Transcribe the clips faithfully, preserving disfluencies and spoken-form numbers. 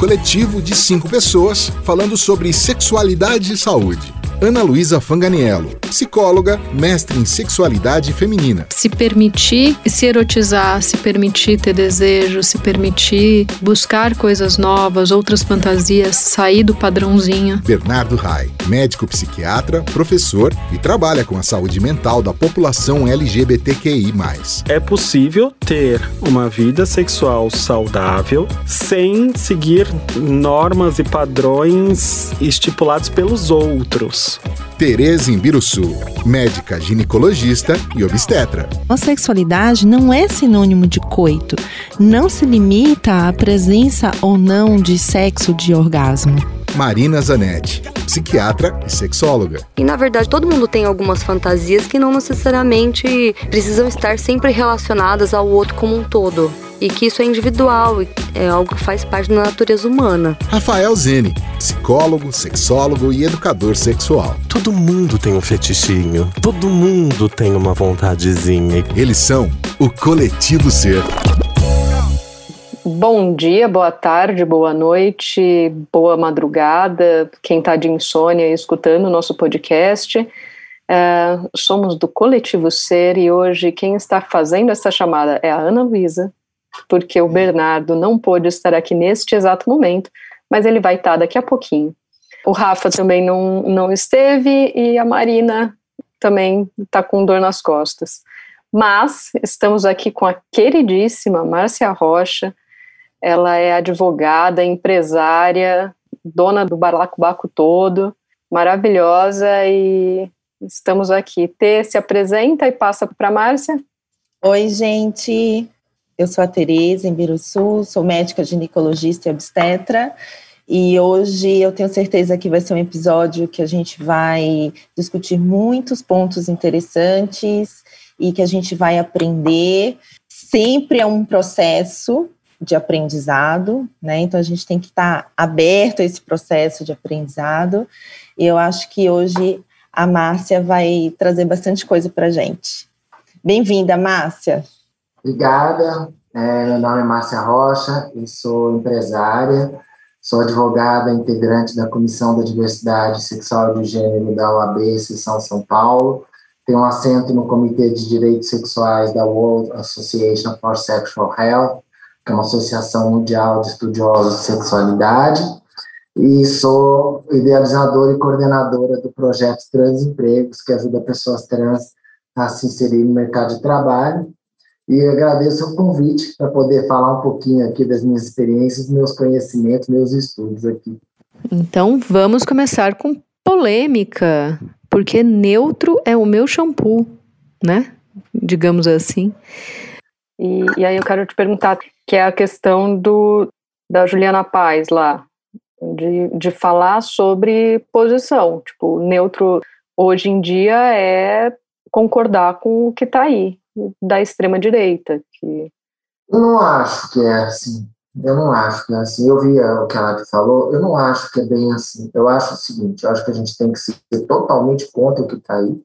coletivo de cinco pessoas falando sobre sexualidade e saúde. Ana Luísa Fanganiello, psicóloga, mestre em sexualidade feminina. Se permitir se erotizar, se permitir ter desejo, se permitir buscar coisas novas, outras fantasias, sair do padrãozinho. Bernardo Rai, médico psiquiatra, professor e trabalha com a saúde mental da população L G B T Q I mais. É possível ter uma vida sexual saudável sem seguir normas e padrões estipulados pelos outros. Tereza Imbiruçu, médica ginecologista e obstetra. A sexualidade não é sinônimo de coito. Não se limita à presença ou não de sexo de orgasmo. Marina Zanetti, psiquiatra e sexóloga. E, na verdade, todo mundo tem algumas fantasias que não necessariamente precisam estar sempre relacionadas ao outro como um todo. E que isso é individual, é algo que faz parte da natureza humana. Rafael Zene, psicólogo, sexólogo e educador sexual. Todo mundo tem um fetichinho, todo mundo tem uma vontadezinha. Eles são o Coletivo Ser. Bom dia, boa tarde, boa noite, boa madrugada, quem está de insônia escutando o nosso podcast. Uh, somos do Coletivo Ser e hoje quem está fazendo essa chamada é a Ana Luísa, porque o Bernardo não pôde estar aqui neste exato momento, mas ele vai estar daqui a pouquinho. O Rafa também não, não esteve e a Marina também está com dor nas costas. Mas estamos aqui com a queridíssima Márcia Rocha. Ela é advogada, empresária, dona do balacobaco todo, maravilhosa, e estamos aqui. Tê, se apresenta e passa para a Márcia. Oi, gente. Eu sou a Tereza Imbiruçu, sou médica ginecologista e obstetra, e hoje eu tenho certeza que vai ser um episódio que a gente vai discutir muitos pontos interessantes e que a gente vai aprender. Sempre é um processo de aprendizado, né? Então a gente tem que estar aberto a esse processo de aprendizado, e eu acho que hoje a Márcia vai trazer bastante coisa para a gente. Bem-vinda, Márcia. Obrigada, é, meu nome é Márcia Rocha, eu sou empresária, sou advogada integrante da Comissão da Diversidade Sexual e de Gênero da O A B Seção São Paulo, tenho um assento no Comitê de Direitos Sexuais da World Association for Sexual Health, que é uma associação mundial de estudiosos de sexualidade, e sou idealizadora e coordenadora do projeto Transempregos, que ajuda pessoas trans a se inserir no mercado de trabalho. E agradeço o convite para poder falar um pouquinho aqui das minhas experiências, meus conhecimentos, meus estudos aqui. Então vamos começar com polêmica, porque neutro é o meu shampoo, né? Digamos assim. E, e aí eu quero te perguntar, que é a questão do, da Juliana Paz lá, de, de falar sobre posição. Tipo, neutro hoje em dia é concordar com o que está aí, da extrema-direita. Que... Eu não acho que é assim. Eu não acho que é assim. Eu vi o que ela falou, eu não acho que é bem assim. Eu acho o seguinte, eu acho que a gente tem que ser totalmente contra o que está aí,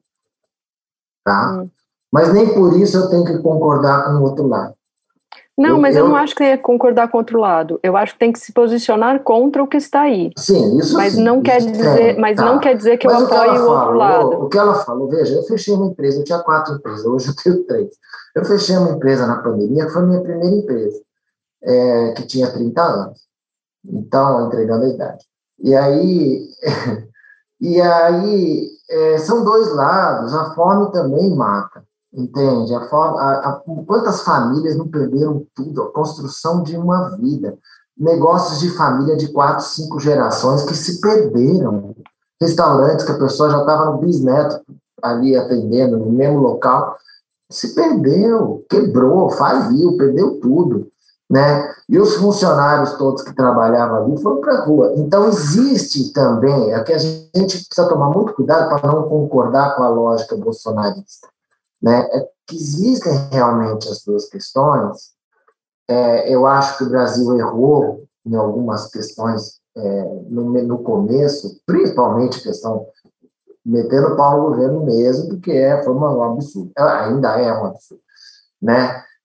tá? Hum. Mas nem por isso eu tenho que concordar com o outro lado. Não, eu, mas eu, eu não acho que é concordar com o outro lado. Eu acho que tem que se posicionar contra o que está aí. Sim, isso mas sim. Não isso quer dizer, tem, mas tá. não quer dizer que mas eu apoie o, o outro falou, lado. O que ela falou, veja, eu fechei uma empresa, eu tinha quatro empresas, hoje eu tenho três. Eu fechei uma empresa na pandemia, que foi a minha primeira empresa, é, que tinha trinta anos. Então, entregando a idade. E aí, e aí é, são dois lados, a fome também mata. Entende? A forma, a, a, quantas famílias não perderam tudo? A construção de uma vida. Negócios de família de quatro, cinco gerações que se perderam. Restaurantes que a pessoa já estava no bisneto ali atendendo, no mesmo local. Se perdeu, quebrou, faliu, perdeu tudo. Né? E os funcionários todos que trabalhavam ali foram para a rua. Então, existe também, é que a gente precisa tomar muito cuidado para não concordar com a lógica bolsonarista. Né, é que existem realmente as duas questões. É, eu acho que o Brasil errou em algumas questões é, no, no começo, principalmente questão metendo o pau no governo mesmo, porque é, foi uma, um absurdo, ainda é um absurdo, né?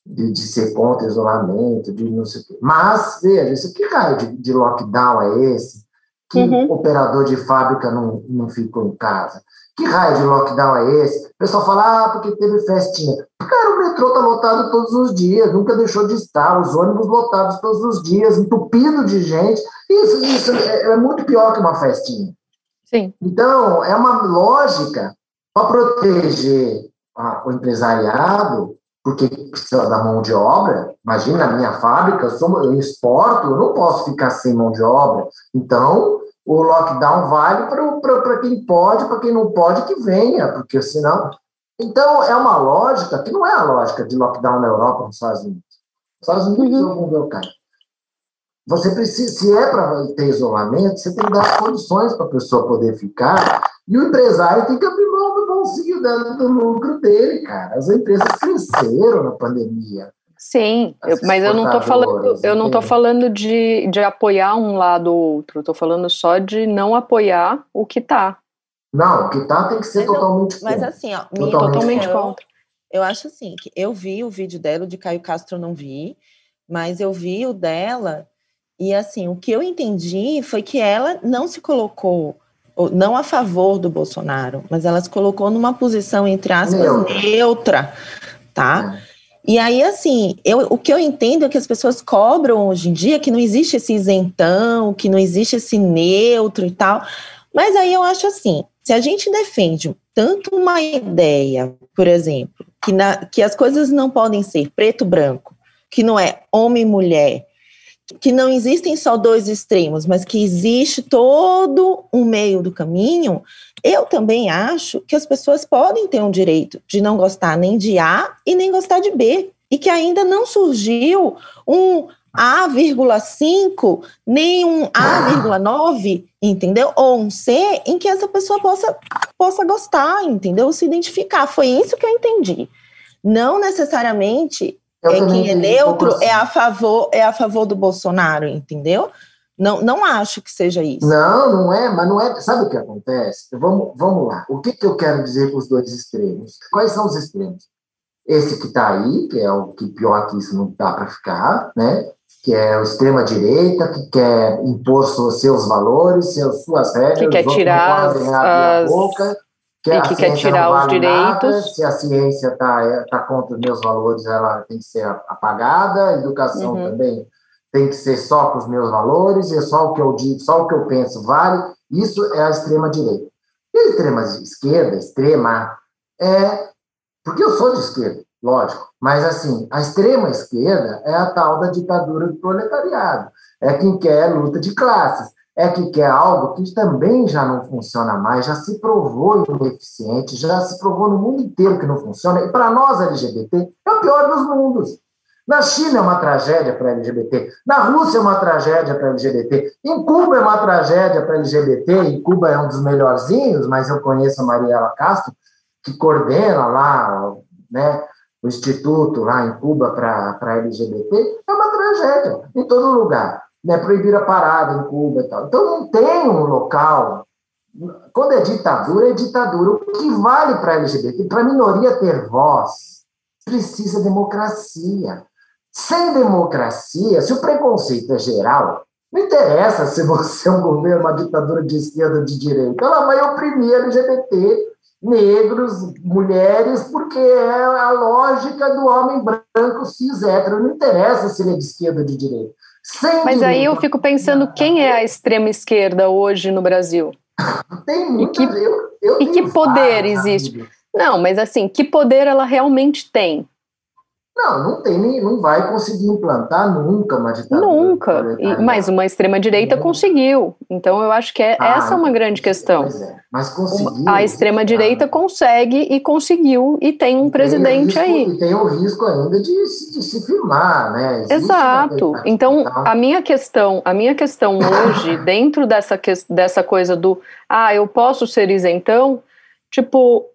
de, de ser contra isolamento, de não sei o quê. Mas, veja, isso que raio de, de lockdown é esse? Que uhum. operador de fábrica não, não ficou em casa? Que raio de lockdown é esse? O pessoal fala, ah, porque teve festinha. Cara, o metrô está lotado todos os dias, nunca deixou de estar, os ônibus lotados todos os dias, entupido de gente. Isso, isso é, é muito pior que uma festinha. Sim. Então, é uma lógica para proteger a, o empresariado, porque precisa da mão de obra. Imagina, a minha fábrica, eu, sou, eu exporto, eu não posso ficar sem mão de obra. Então, o lockdown vale para quem pode, para quem não pode, que venha, porque senão... Então, é uma lógica que não é a lógica de lockdown na Europa, nos Estados Unidos. Nos Estados Unidos, uhum. vamos ver o cara. Você precisa, se é para ter isolamento, você tem que dar condições para a pessoa poder ficar, e o empresário tem que abrir mão do bolsinho do, do lucro dele, cara. As empresas cresceram na pandemia. Sim, eu, mas eu não estou falando, eu não estou falando de, de apoiar um lado ou outro, estou falando só de não apoiar o que está. Não, o que está tem que ser mas totalmente eu, Mas assim, ó, totalmente, totalmente eu, contra. Eu acho assim, que eu vi o vídeo dela, o de Caio Castro eu não vi, mas eu vi o dela, e assim, o que eu entendi foi que ela não se colocou, não a favor do Bolsonaro, mas ela se colocou numa posição, entre aspas, neutra, neutra tá? É. E aí, assim, eu, o que eu entendo é que as pessoas cobram hoje em dia que não existe esse isentão, que não existe esse neutro e tal, mas aí eu acho assim, se a gente defende tanto uma ideia, por exemplo, que, na, que as coisas não podem ser preto e branco, que não é homem e mulher, que não existem só dois extremos, mas que existe todo um meio do caminho, eu também acho que as pessoas podem ter um direito de não gostar nem de A e nem gostar de B, e que ainda não surgiu um A vírgula cinco, nem um A vírgula nove, entendeu? Ou um C, em que essa pessoa possa, possa gostar, entendeu? Se identificar. Foi isso que eu entendi. Não necessariamente... Eu é quem é neutro assim. é a favor é a favor do Bolsonaro, entendeu? Não, não acho que seja isso. Não, não é, mas não é. Sabe o que acontece? Vamos, vamos lá. O que, que eu quero dizer com os dois extremos? Quais são os extremos? Esse que está aí, que é o que pior que isso não dá para ficar, né? Que é o extrema-direita, que quer impor seus valores, seus, suas regras, que quer tirar não podem abrir as... a boca. Que e que quer tirar vale os direitos. Nada, se a ciência está tá contra os meus valores, ela tem que ser apagada, a educação uhum. também tem que ser só com os meus valores, é só o que eu digo, só o que eu penso vale. Isso é a extrema-direita. E a extrema-esquerda, extrema, é... Porque eu sou de esquerda, lógico, mas assim, a extrema-esquerda é a tal da ditadura do proletariado, é quem quer luta de classes. É que quer algo que também já não funciona mais, já se provou ineficiente, já se provou no mundo inteiro que não funciona, e para nós L G B T é o pior dos mundos. Na China é uma tragédia para L G B T, na Rússia é uma tragédia para L G B T, em Cuba é uma tragédia para L G B T, e Cuba é um dos melhorzinhos, mas eu conheço a Mariela Castro, que coordena lá, né, o instituto lá em Cuba para L G B T, é uma tragédia em todo lugar. Né, proibir a parada em Cuba e tal. Então, não tem um local... Quando é ditadura, é ditadura. O que vale para a L G B T, para a minoria ter voz, precisa democracia. Sem democracia, se o preconceito é geral, não interessa se você é um governo, uma ditadura de esquerda ou de direita, ela vai oprimir L G B T, negros, mulheres, porque é a lógica do homem branco cis hétero. Não interessa se ele é de esquerda ou de direita. Sem Mas direito. Aí eu fico pensando, quem é a extrema esquerda hoje no Brasil? Tem muita, e que, eu, eu e que poder existe? Amigos. Não, mas assim, que poder ela realmente tem? Não, não tem, nem, não vai conseguir implantar nunca uma ditadura. Nunca, e, mas uma extrema-direita uhum. conseguiu. Então eu acho que é, ah, essa é uma grande questão. Pois é, mas conseguiu. A extrema-direita ah, consegue e conseguiu, e tem um e presidente tem risco, aí. E tem o risco ainda de, de se firmar, né? Existe Exato. Então, a minha questão, a minha questão hoje, dentro dessa, dessa coisa do, ah, eu posso ser isentão, tipo...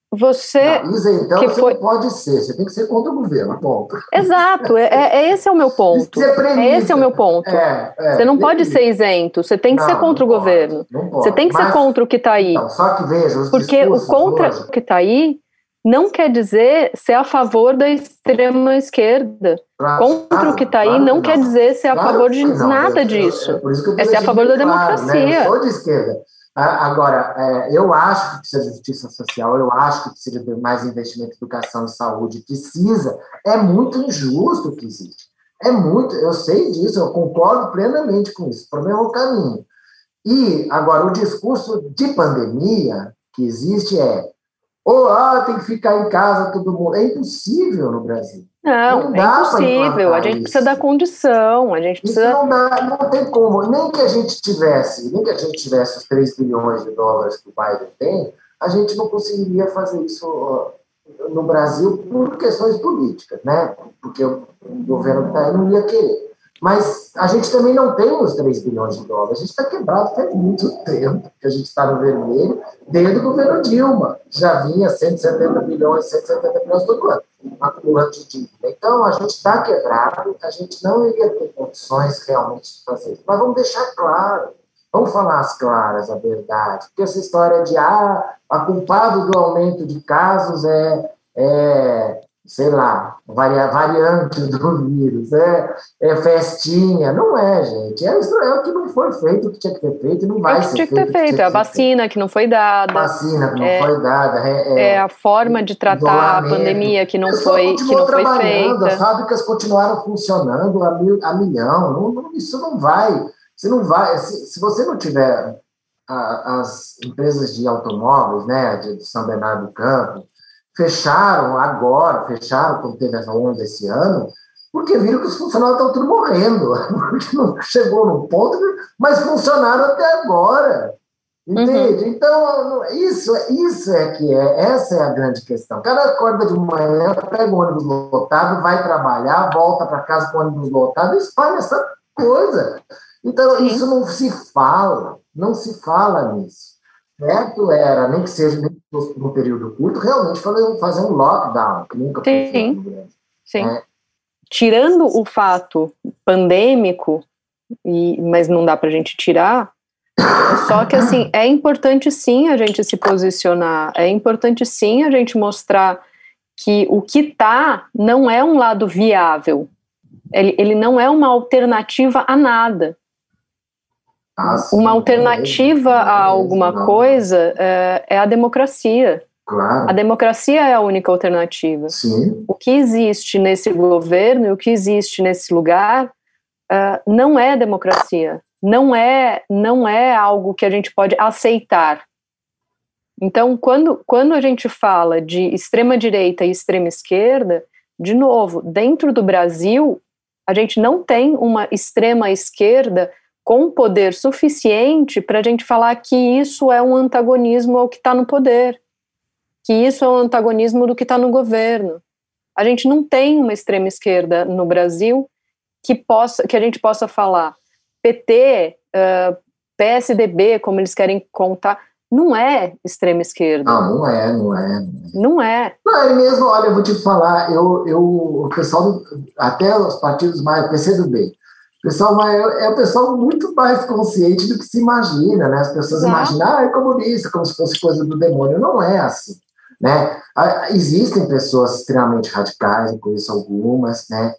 Você não, isentão que você foi... não pode ser, você tem que ser contra o governo, ponto. Exato, é, é esse é o meu ponto. É esse é o meu ponto. É, é, você não pode ser isento, você tem que não, ser contra o pode, governo. Você tem que Mas, ser contra o que está aí. Não, só que veja, os Porque o contra hoje... o que está aí não quer dizer ser a favor da extrema esquerda. Claro, Contra o que está aí claro não que quer não. dizer ser a Claro favor de não. nada Eu- eu- disso. É, por isso que eu É ser a favor da claro, né? democracia. Eu sou de esquerda. A- Agora, é, eu acho que precisa de justiça social, eu acho que precisa de mais investimento em educação e saúde, precisa. É muito injusto o que existe. É muito, eu sei disso, eu concordo plenamente com isso. O problema é o caminho. E, agora, o discurso de pandemia que existe é ou ah, tem que ficar em casa todo mundo. É impossível no Brasil. Não, Não é dá pra impossível. implantar A gente isso. precisa dar condição, a gente Isso precisa... não dá, não tem como. Nem que a gente tivesse, nem que a gente tivesse os três bilhões de dólares que o Biden tem, a gente não conseguiria fazer isso ó, no Brasil por questões políticas, né? Porque o governo que está aí não ia querer. Mas a gente também não tem os três bilhões de dólares. A gente está quebrado faz muito tempo que a gente está no vermelho, desde o governo Dilma. Já vinha cento e setenta bilhões, cento e setenta bilhões todo ano, acumulando de dívida. Então, a gente está quebrado, a gente não iria ter condições realmente de fazer isso. Mas vamos deixar claro, vamos falar as claras, a verdade. Porque essa história de, ah, a culpado do aumento de casos é... é sei lá, varia, variante do vírus, é, é festinha. Não é, gente. É, isso é o que não foi feito, o que tinha que ter feito, e não vai É o que ser tinha que feito. ter feito. É a vacina que não foi dada. A vacina que não é, foi dada. É, é a forma de tratar a pandemia que não foi, que não foi feita. As fábricas continuaram funcionando a, mil, a milhão. Não, não, isso não vai. Você não vai se, se você não tiver a, as empresas de automóveis, né, de São Bernardo do Campo, fecharam agora, fecharam quando teve essa onda esse ano, porque viram que os funcionários estão tudo morrendo, porque não chegou no ponto, mas funcionaram até agora, entende? Uhum. Então, isso, isso é que é, essa é a grande questão. O cara acorda de manhã, pega o ônibus lotado, vai trabalhar, volta para casa com o ônibus lotado e espalha essa coisa. Então, Sim. isso não se fala, não se fala nisso. Certo era, nem que seja nem que fosse por um período curto, realmente fazer, fazer um lockdown, que nunca foi feito no Brasil. Sim. É. Tirando o fato pandêmico, e, mas não dá para a gente tirar, só que assim, é importante sim a gente se posicionar, é importante sim a gente mostrar que o que tá não é um lado viável, ele, ele não é uma alternativa a nada. Ah, sim, uma alternativa é, a alguma não. coisa é, é a democracia. Claro. A democracia é a única alternativa. Sim. O que existe nesse governo e o que existe nesse lugar uh, não é democracia. Não é, não é algo que a gente pode aceitar. Então, quando, quando a gente fala de extrema-direita e extrema-esquerda, de novo, dentro do Brasil, a gente não tem uma extrema-esquerda com poder suficiente para a gente falar que isso é um antagonismo ao que está no poder, que isso é um antagonismo do que está no governo. A gente não tem uma extrema esquerda no Brasil que, possa, que a gente possa falar P T, uh, P S D B, como eles querem contar, não é extrema esquerda. Não, não é, não é. Não é. Não é mesmo, olha, eu vou te falar, eu, eu, o pessoal, até os partidos mais, P C do B, O pessoal é, é o pessoal muito mais consciente do que se imagina, né? As pessoas Exato. imaginam, ah, é comunista, como se fosse coisa do demônio. Não é assim, né? Existem pessoas extremamente radicais, eu conheço algumas, né?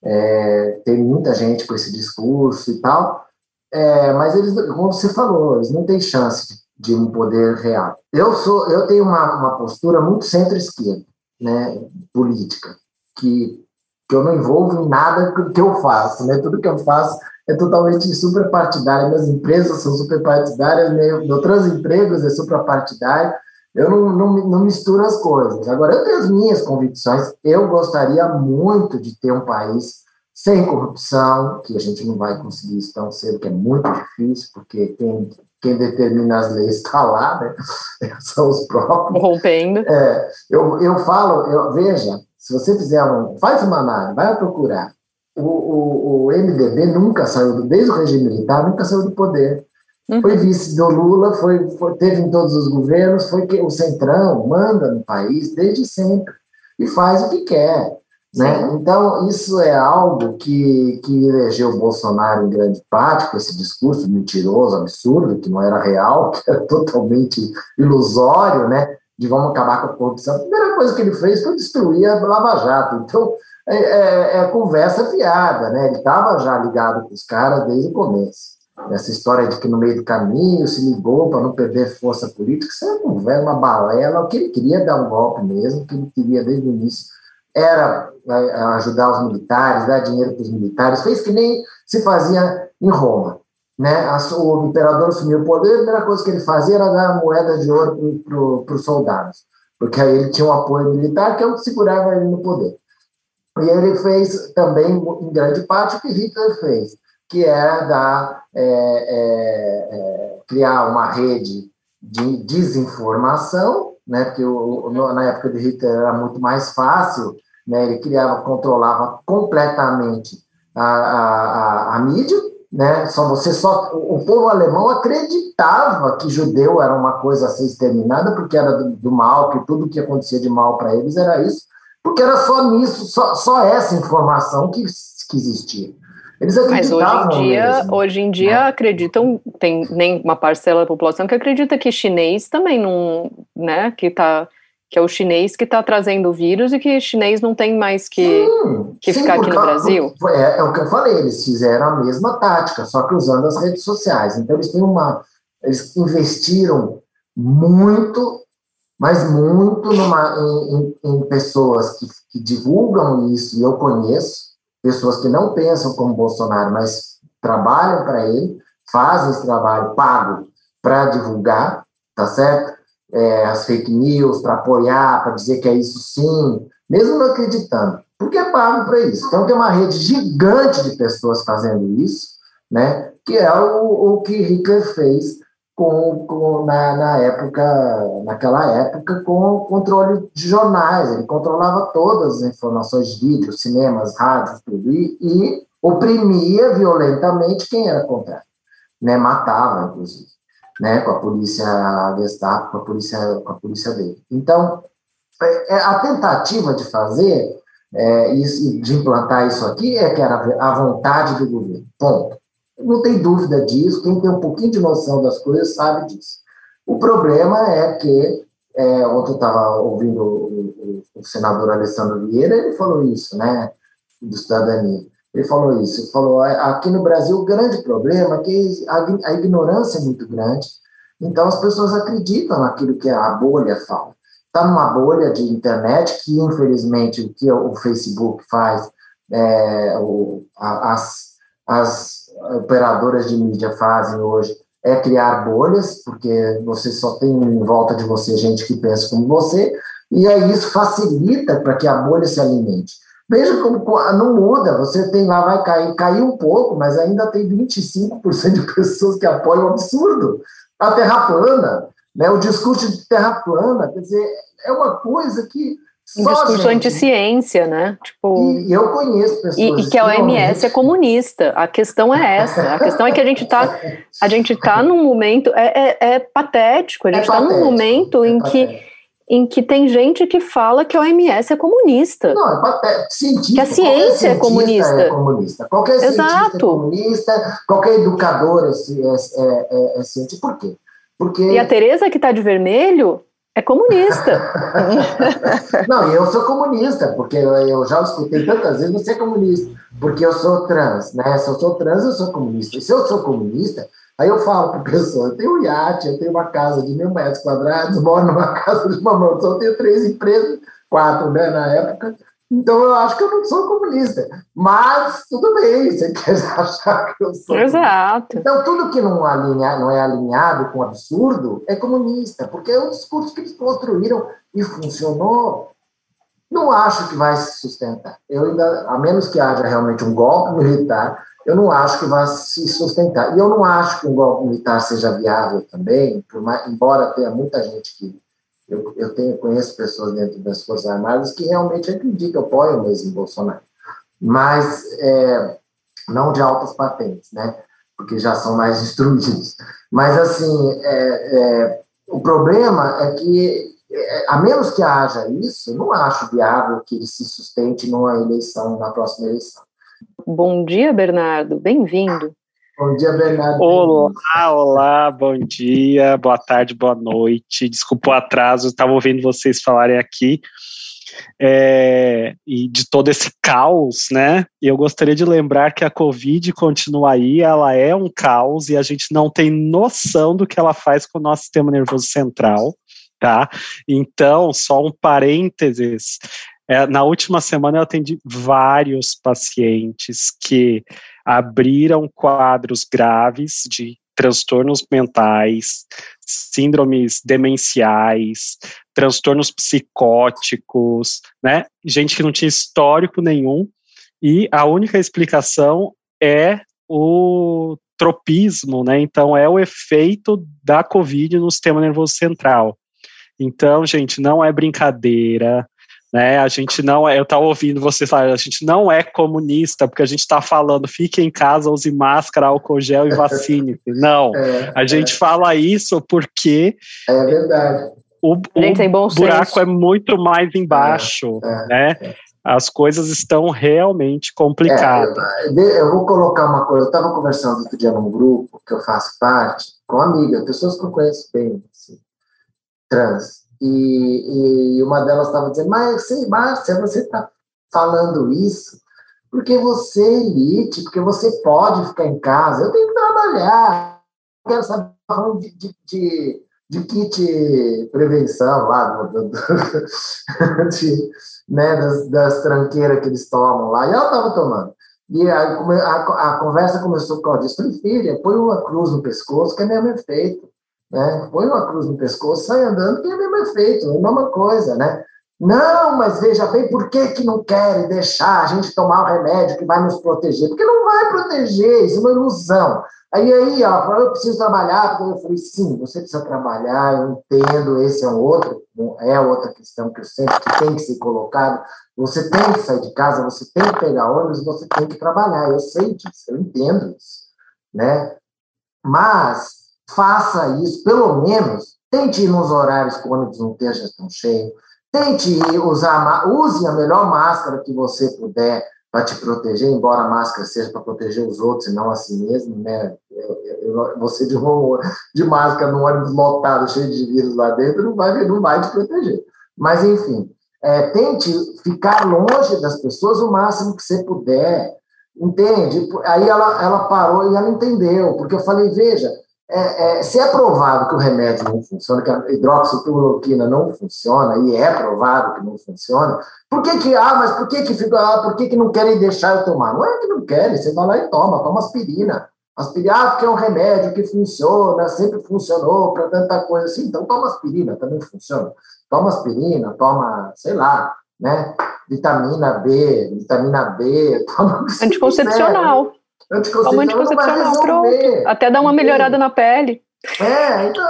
É, tem muita gente com esse discurso e tal, é, mas eles, como você falou, eles não têm chance de, de um poder real. Eu, sou, eu tenho uma, uma postura muito centro-esquerda, né? Política, que... que eu não envolvo em nada que eu faço, né? Tudo que eu faço é totalmente suprapartidário, minhas empresas são suprapartidárias, meus outros empregos é suprapartidário, eu não, não, não misturo as coisas. Agora, eu tenho as minhas convicções, eu gostaria muito de ter um país sem corrupção, que a gente não vai conseguir isso tão cedo, que é muito difícil, porque quem, quem determina as leis está lá, né? São os próprios. Rompendo. É, eu, eu falo, eu, veja, se você fizer um... Faz uma análise, vai procurar. O, o, o M D B nunca saiu, desde o regime militar, nunca saiu do poder. Uhum. Foi vice do Lula, foi, foi, teve em todos os governos, foi que o Centrão manda no país desde sempre. E faz o que quer. Né? Então, isso é algo que, que elegeu o Bolsonaro em grande parte, com esse discurso mentiroso, absurdo, que não era real, que era totalmente ilusório, né? de vamos acabar com a corrupção. A primeira coisa que ele fez foi destruir a Lava Jato. Então, é, é, é conversa fiada, né? Ele estava já ligado com os caras desde o começo. Essa história de que no meio do caminho se ligou para não perder força política, isso é conversa, uma balela. O que ele queria dar um golpe mesmo, o que ele queria desde o início era ajudar os militares, dar dinheiro para os militares, fez que nem se fazia em Roma. Né? O imperador assumiu o poder, a primeira coisa que ele fazia era dar moeda de ouro para os soldados, porque aí ele tinha um apoio militar que é o que segurava ele no poder. E ele fez também, em grande parte, o que Hitler fez, que era dar, é, é, é, criar uma rede de desinformação, né? Porque o, na época de Hitler era muito mais fácil, né? Ele criava, controlava completamente a, a, a, a mídia, né? Só você só o povo alemão acreditava que judeu era uma coisa a ser exterminada porque era do, do mal, que tudo que acontecia de mal para eles era isso, porque era só nisso, só, só essa informação que, que existia. Eles acreditavam. Mas hoje em dia, mesmo, hoje em dia né? acreditam, tem nem uma parcela da população que acredita que chinês também não, né, que tá que é o chinês que está trazendo o vírus e que chinês não tem mais que, sim, que sim, ficar aqui no Brasil. É, é o que eu falei, eles fizeram a mesma tática, só que usando as redes sociais. Então eles têm uma, eles investiram muito, mas muito numa, em, em, em pessoas que, que divulgam isso, e eu conheço, pessoas que não pensam como Bolsonaro, mas trabalham para ele, fazem esse trabalho pago para divulgar, tá certo? É, as fake news, para apoiar, para dizer que é isso sim, mesmo não acreditando, porque é pago para isso. Então tem uma rede gigante de pessoas fazendo isso, né, que é o, o que Hitler fez com, com, na, na época, naquela época, com o controle de jornais. Ele controlava todas as informações de vídeo, cinemas, rádios, tudo, e, e oprimia violentamente quem era contrário, né, matava, inclusive. Né, com a polícia Gestapo, com a polícia, com a polícia dele. Então, é, a tentativa de fazer, é, isso, de implantar isso aqui, é que era a vontade do governo, ponto. Não tem dúvida disso, quem tem um pouquinho de noção das coisas sabe disso. O problema é que, é, ontem eu estava ouvindo o, o, o senador Alessandro Vieira, ele falou isso, né, do Cidadania. Ele falou isso, ele falou, aqui no Brasil o grande problema é que a, a ignorância é muito grande, então as pessoas acreditam naquilo que a bolha fala. Está numa bolha de internet que, infelizmente, o que o Facebook faz, é, o, a, as, as operadoras de mídia fazem hoje, é criar bolhas, porque você só tem em volta de você gente que pensa como você, e aí isso facilita para que a bolha se alimente. Veja como não muda, você tem lá, vai cair, caiu um pouco, mas ainda tem vinte e cinco por cento de pessoas que apoiam o absurdo. A terra plana, né, o discurso de terra plana, quer dizer, é uma coisa que só um discurso gente... anti-ciência, né? Tipo... E, e eu conheço pessoas... E, e que a O M S é comunista, a questão é essa, a questão é que a gente está a gente tá num momento, é, é, é patético, a gente está é num momento é em patético. que... em que tem gente que fala que a O M S é comunista. Não, é patético. Cientista, que a ciência é comunista. é comunista. Qualquer Exato. cientista é comunista, qualquer educador é, é, é, é cientista. Por quê? Porque... E a Tereza, que está de vermelho, é comunista. Não, eu sou comunista, porque eu já escutei tantas vezes, você é comunista, porque eu sou trans, né? Se eu sou trans, eu sou comunista. E se eu sou comunista... Aí eu falo para a pessoa, eu tenho um iate, eu tenho uma casa de mil metros quadrados, moro numa casa de uma mansão, eu tenho três empresas, quatro, né, na época, então eu acho que eu não sou comunista. Mas, tudo bem, você quer achar que eu sou Exato. comunista. Então, tudo que não, alinha, não é alinhado com absurdo é comunista, porque é um discurso que eles construíram e funcionou. Não acho que vai se sustentar. Eu ainda, a menos que haja realmente um golpe militar, eu não acho que vai se sustentar. E eu não acho que um golpe militar seja viável também, por mais, embora tenha muita gente que... Eu, eu tenho, conheço pessoas dentro das Forças Armadas que realmente acreditam, apoiam mesmo o Bolsonaro. Mas é, não de altas patentes, né? Porque já são mais instruídos. Mas, assim, é, é, o problema é que, é, a menos que haja isso, eu não acho viável que ele se sustente numa eleição, na próxima eleição. Bom dia, Bernardo, bem-vindo. Bom dia, Bernardo. Olá, olá, bom dia, boa tarde, boa noite. Desculpa o atraso, estava ouvindo vocês falarem aqui é, e de todo esse caos, né? E eu gostaria de lembrar que a Covid continua aí, ela é um caos e a gente não tem noção do que ela faz com o nosso sistema nervoso central, tá? Então, só um parênteses. É, na última semana eu atendi vários pacientes que abriram quadros graves de transtornos mentais, síndromes demenciais, transtornos psicóticos, né? Gente que não tinha histórico nenhum, e a única explicação é o tropismo, né? Então é o efeito da Covid no sistema nervoso central. Então, gente, não é brincadeira, né? A gente não é, eu estava ouvindo você falar, a gente não é comunista, porque a gente está falando, fique em casa, use máscara, álcool gel e vacine. Não, é, a gente é. fala isso porque é verdade. O, o buraco senso. é muito mais embaixo, é, é, né? É. As coisas estão realmente complicadas. É, eu, eu vou colocar uma coisa, eu estava conversando outro dia num grupo que eu faço parte, com amigas, pessoas que eu conheço bem, assim, trans. E, e uma delas estava dizendo, mas sim, Márcia, você está falando isso porque você é elite, porque você pode ficar em casa, eu tenho que trabalhar, eu quero saber de, de, de, de kit prevenção lá, do, do, do, de, né, das, das tranqueiras que eles tomam lá, e ela estava tomando. E a, a, a conversa começou com ela, disse, falei, filha, põe uma cruz no pescoço que é mesmo efeito. Né? Põe uma cruz no pescoço, sai andando, que é o mesmo efeito, é a mesma coisa, né? Não, mas veja bem, por que que não querem deixar a gente tomar o remédio que vai nos proteger? Porque não vai proteger, isso é uma ilusão. Aí, aí, ó, eu preciso trabalhar, porque eu falei, sim, você precisa trabalhar, eu entendo, esse é um outro, é outra questão que eu sempre que tem que ser colocado, você tem que sair de casa, você tem que pegar ônibus, você tem que trabalhar, eu sei disso, eu entendo isso, né? Mas faça isso, pelo menos, tente ir nos horários que o ônibus não esteja tão cheio, tente ir usar, use a melhor máscara que você puder para te proteger, embora a máscara seja para proteger os outros e não a si mesmo, né? Eu, eu, você de, um, de máscara num ônibus lotado, cheio de vírus lá dentro, não vai, não vai te proteger. Mas, enfim, é, tente ficar longe das pessoas o máximo que você puder, entende? Aí ela, ela parou e ela entendeu, porque eu falei, veja, É, é, se é provado que o remédio não funciona, que a hidroxicloroquina não funciona, e é provado que não funciona, por que que, ah, mas por que que fica, ah, por que que não querem deixar eu tomar? Não é que não querem, você vai lá e toma, toma aspirina. Aspirina, ah, porque é um remédio que funciona, sempre funcionou para tanta coisa assim, então toma aspirina, também funciona. Toma aspirina, toma, sei lá, né, vitamina B, vitamina D, toma... Anticoncepcional. Anticoncepcional, anticoncepcional, pronto. Até dá uma melhorada na pele. É, então,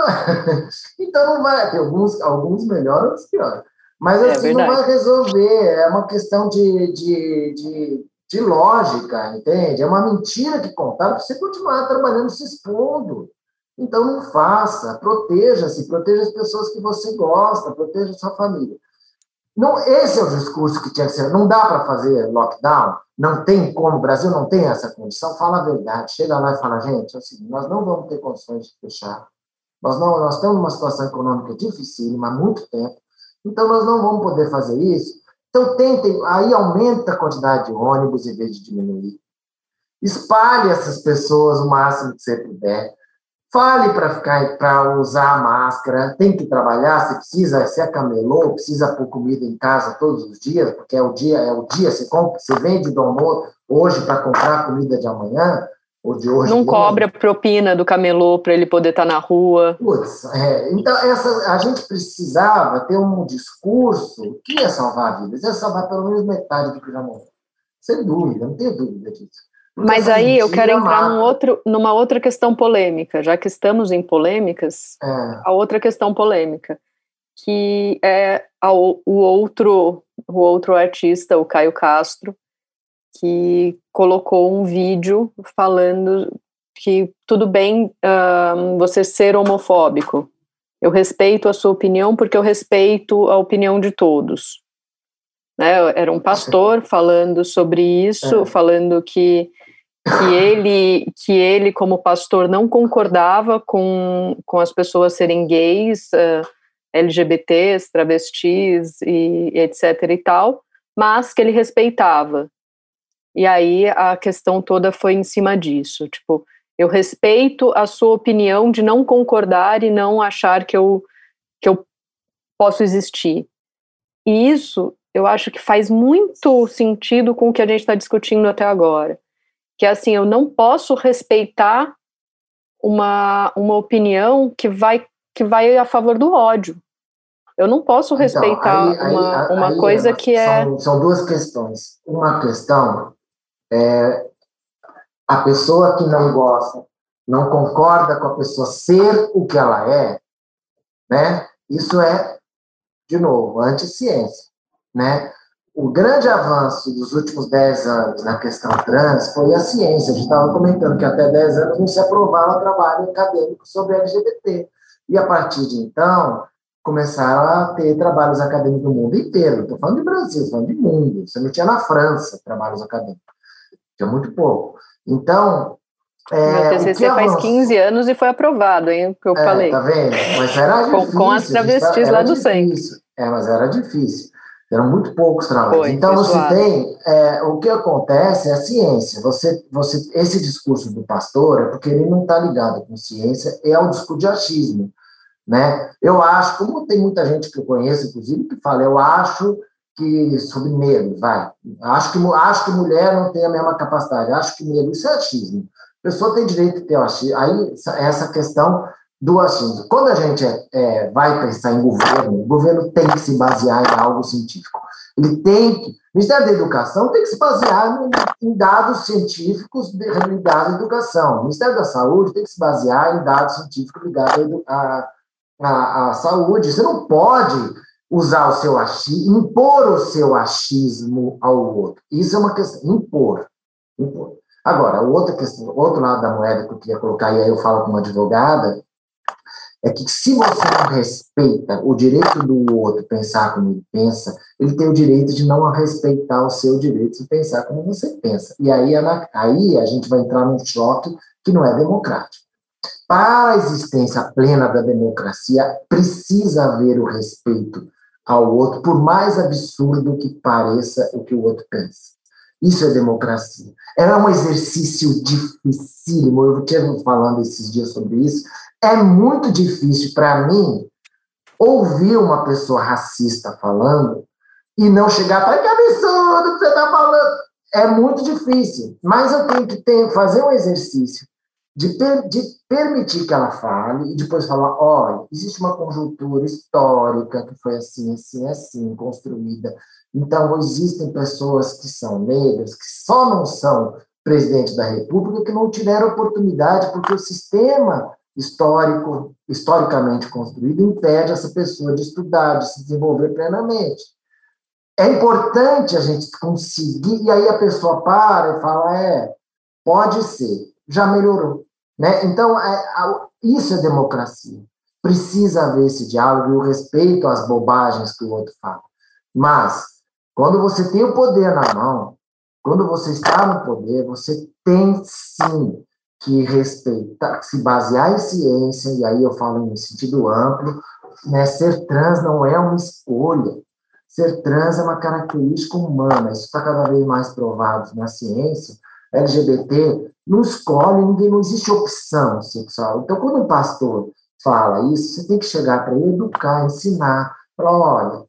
então não vai. Tem alguns, alguns melhoram, outros pioram. Mas assim, é não vai resolver. É uma questão de, de, de, de lógica, entende? É uma mentira que contaram para você continuar trabalhando, se expondo. Então não faça. Proteja-se, proteja as pessoas que você gosta, proteja a sua família. Não, esse é o discurso que tinha que ser. Não dá para fazer lockdown, não tem como, o Brasil não tem essa condição. Fala a verdade, chega lá e fala, gente, é o seguinte, nós não vamos ter condições de fechar, nós, não, nós estamos numa situação econômica dificílima há muito tempo, então nós não vamos poder fazer isso. Então tentem, aí aumenta a quantidade de ônibus em vez de diminuir. Espalhe essas pessoas o máximo que você puder. Fale para ficar, para usar a máscara, tem que trabalhar, se precisa, se é camelô, precisa pôr comida em casa todos os dias, porque é o dia, é o dia, você, compra, você vende do almoço hoje para comprar a comida de amanhã, ou de hoje. Não mesmo. Cobra propina do camelô para ele poder estar na rua. Putz, é, então essa, a gente precisava ter um discurso que ia salvar vidas, ia salvar pelo menos metade do que já morreu. Sem dúvida, não tenho dúvida disso. Mas aí eu quero entrar num outro, numa outra questão polêmica, já que estamos em polêmicas, é. a outra questão polêmica, que é a, o, outro, o outro artista, o Caio Castro, que colocou um vídeo falando que tudo bem uh, você ser homofóbico, eu respeito a sua opinião porque eu respeito a opinião de todos. Né? Era um pastor falando sobre isso, é. falando que que ele, que ele como pastor, não concordava com, com as pessoas serem gays, uh, L G B Ts, travestis e, e etc e tal, mas que ele respeitava. E aí a questão toda foi em cima disso, tipo, eu respeito a sua opinião de não concordar e não achar que eu, que eu posso existir. E isso, eu acho que faz muito sentido com o que a gente está discutindo até agora. Que é assim, eu não posso respeitar uma, uma opinião que vai, que vai a favor do ódio. Eu não posso respeitar então, aí, uma, aí, uma aí, coisa Ana, que é... São, são duas questões. Uma questão é a pessoa que não gosta, não concorda com a pessoa ser o que ela é, né? Isso é, de novo, anti-ciência, né? O grande avanço dos últimos dez anos na questão trans foi a ciência. A gente estava comentando que até dez anos não se aprovava trabalho acadêmico sobre L G B T. E a partir de então, começaram a ter trabalhos acadêmicos no mundo inteiro. Estou falando de Brasil, estou falando de mundo. Você não tinha na França trabalhos acadêmicos. Tinha muito pouco. Então... É, meu T C C faz quinze anos e foi aprovado, hein? O que eu é, falei. Tá vendo? Mas era difícil. Com, com as travestis lá do centro. É, mas era difícil. Eram muito poucos trabalhos. Foi, então, foi você suave. tem... É, o que acontece é a ciência. Você, você, esse discurso do pastor é porque ele não está ligado com ciência, é o discurso de achismo. Né? Eu acho, como tem muita gente que eu conheço, inclusive, que fala, eu acho que, sobre medo, vai, acho que, acho que mulher não tem a mesma capacidade, acho que medo, isso é achismo. A pessoa tem direito de ter o achismo, aí essa questão do achismo. Quando a gente é, é, vai pensar em governo, o governo tem que se basear em algo científico. Ele tem que, o Ministério da Educação tem que se basear em dados científicos ligados à educação. O Ministério da Saúde tem que se basear em dados científicos ligados à A, a saúde. Você não pode usar o seu achismo, impor o seu achismo ao outro. Isso é uma questão, impor. impor. Agora, outra questão, outro lado da moeda que eu queria colocar, e aí eu falo como advogada, é que se você não respeita o direito do outro pensar como ele pensa, ele tem o direito de não respeitar o seu direito de pensar como você pensa. E aí, aí a gente vai entrar num choque que não é democrático. Para a existência plena da democracia, precisa haver o respeito ao outro, por mais absurdo que pareça o que o outro pensa. Isso é democracia. É um exercício dificílimo. Eu tinha falando esses dias sobre isso. É muito difícil para mim ouvir uma pessoa racista falando e não chegar para que absurdo que você está falando. É muito difícil. Mas eu tenho que ter, fazer um exercício De, per, de permitir que ela fale e depois falar, olha, existe uma conjuntura histórica que foi assim, assim, assim, construída. Então, existem pessoas que são negras, que só não são presidente da República, que não tiveram oportunidade, porque o sistema histórico, historicamente construído, impede essa pessoa de estudar, de se desenvolver plenamente. É importante a gente conseguir, e aí a pessoa para e fala, é, pode ser. Já melhorou, né? Então, é, isso é democracia. Precisa haver esse diálogo e o respeito às bobagens que o outro fala. Mas, quando você tem o poder na mão, quando você está no poder, você tem, sim, que respeitar, se basear em ciência, e aí eu falo em sentido amplo, né? Ser trans não é uma escolha. Ser trans é uma característica humana. Isso está cada vez mais provado na ciência. L G B T não escolhe, ninguém, não existe opção sexual. Então, quando um pastor fala isso, você tem que chegar para ele, educar, ensinar, falar, olha,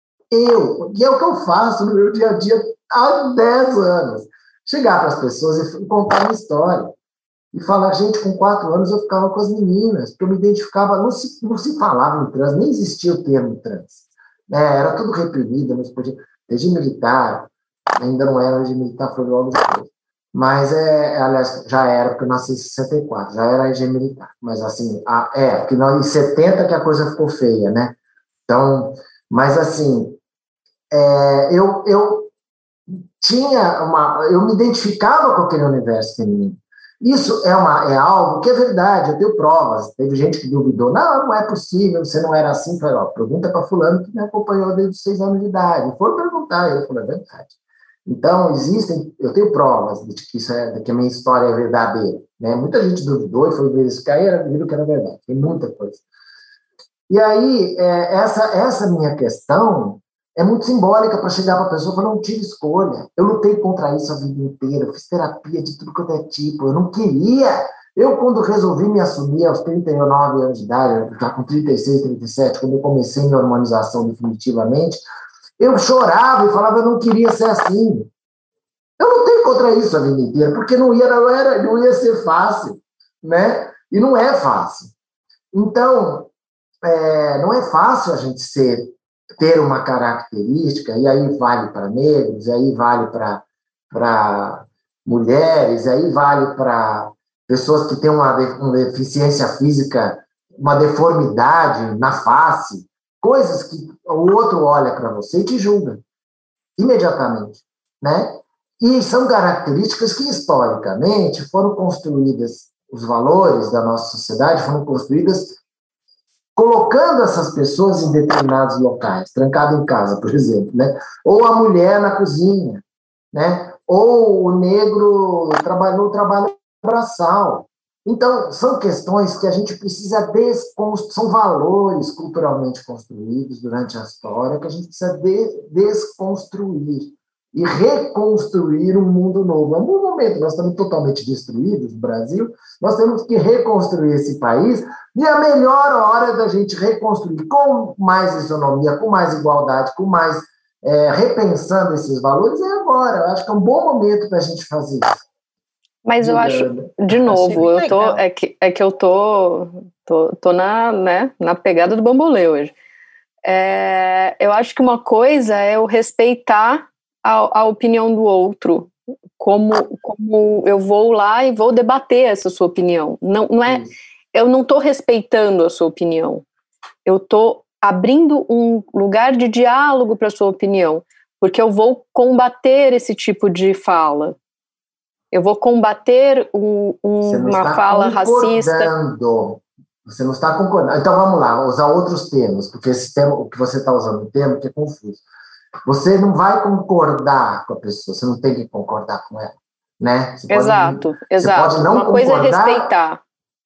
eu, e é o que eu faço no meu dia a dia há dez anos, chegar para as pessoas e contar uma história, e falar, gente, com quatro anos eu ficava com as meninas, porque eu me identificava, não se, não se falava em trans, nem existia o termo trans, né? Era tudo reprimido, não se podia, regime militar, ainda não era regime militar, foi logo depois. Mas, é, aliás, já era, porque eu nasci em sessenta e quatro, já era regime militar. Mas, assim, a, é, porque em setenta que a coisa ficou feia, né? Então, mas, assim, é, eu, eu tinha uma... Eu me identificava com aquele universo feminino. Isso é, uma, é algo que é verdade, eu tenho provas. Teve gente que duvidou, não, não é possível, você não era assim. Falei, ó, pergunta para fulano que me acompanhou desde os seis anos de idade. Foram perguntar, eu falei, é verdade. Então, existem, eu tenho provas de que, isso é, de que a minha história é verdadeira, né? Muita gente duvidou e foi verificar e viram que era verdade, tem muita coisa. E aí, é, essa, essa minha questão é muito simbólica para chegar para a pessoa e falar, não tive escolha, eu lutei contra isso a vida inteira, eu fiz terapia de tudo quanto é tipo, eu não queria. Eu, quando resolvi me assumir aos trinta e nove anos de idade, já com trinta e seis, trinta e sete, quando eu comecei minha hormonização definitivamente, eu chorava e falava, eu não queria ser assim. Eu não tenho contra isso a vida inteira, porque não ia, não era, não ia ser fácil, né? E não é fácil. Então, é, não é fácil a gente ser, ter uma característica, e aí vale para negros, e aí vale para mulheres, e aí vale para pessoas que têm uma, uma deficiência física, uma deformidade na face, coisas que o outro olha para você e te julga imediatamente, né? E são características que, historicamente, foram construídas, os valores da nossa sociedade foram construídas colocando essas pessoas em determinados locais, trancado em casa, por exemplo, né? Ou a mulher na cozinha, né? Ou o negro trabalhou trabalho braçal. Então, são questões que a gente precisa desconstruir, são valores culturalmente construídos durante a história que a gente precisa de, desconstruir e reconstruir um mundo novo. No momento, nós estamos totalmente destruídos no Brasil, nós temos que reconstruir esse país, e a melhor hora da gente reconstruir com mais isonomia, com mais igualdade, com mais é, repensando esses valores, é agora. Eu acho que é um bom momento para a gente fazer isso. Mas eu acho, de novo, eu tô, é, que, é que eu tô, tô, tô na, né, na pegada do bambolê hoje. É, eu acho que uma coisa é eu respeitar a, a opinião do outro, como, como eu vou lá e vou debater essa sua opinião. Não, não é, eu não estou respeitando a sua opinião, eu estou abrindo um lugar de diálogo para a sua opinião, porque eu vou combater esse tipo de fala. Eu vou combater um, um, uma fala racista. Você não está concordando. Então, vamos lá, vou usar outros termos, porque esse termo, o que você está usando um termo que é confuso. Você não vai concordar com a pessoa, você não tem que concordar com ela, né? Você exato, pode, exato. Você pode não uma coisa é respeitar.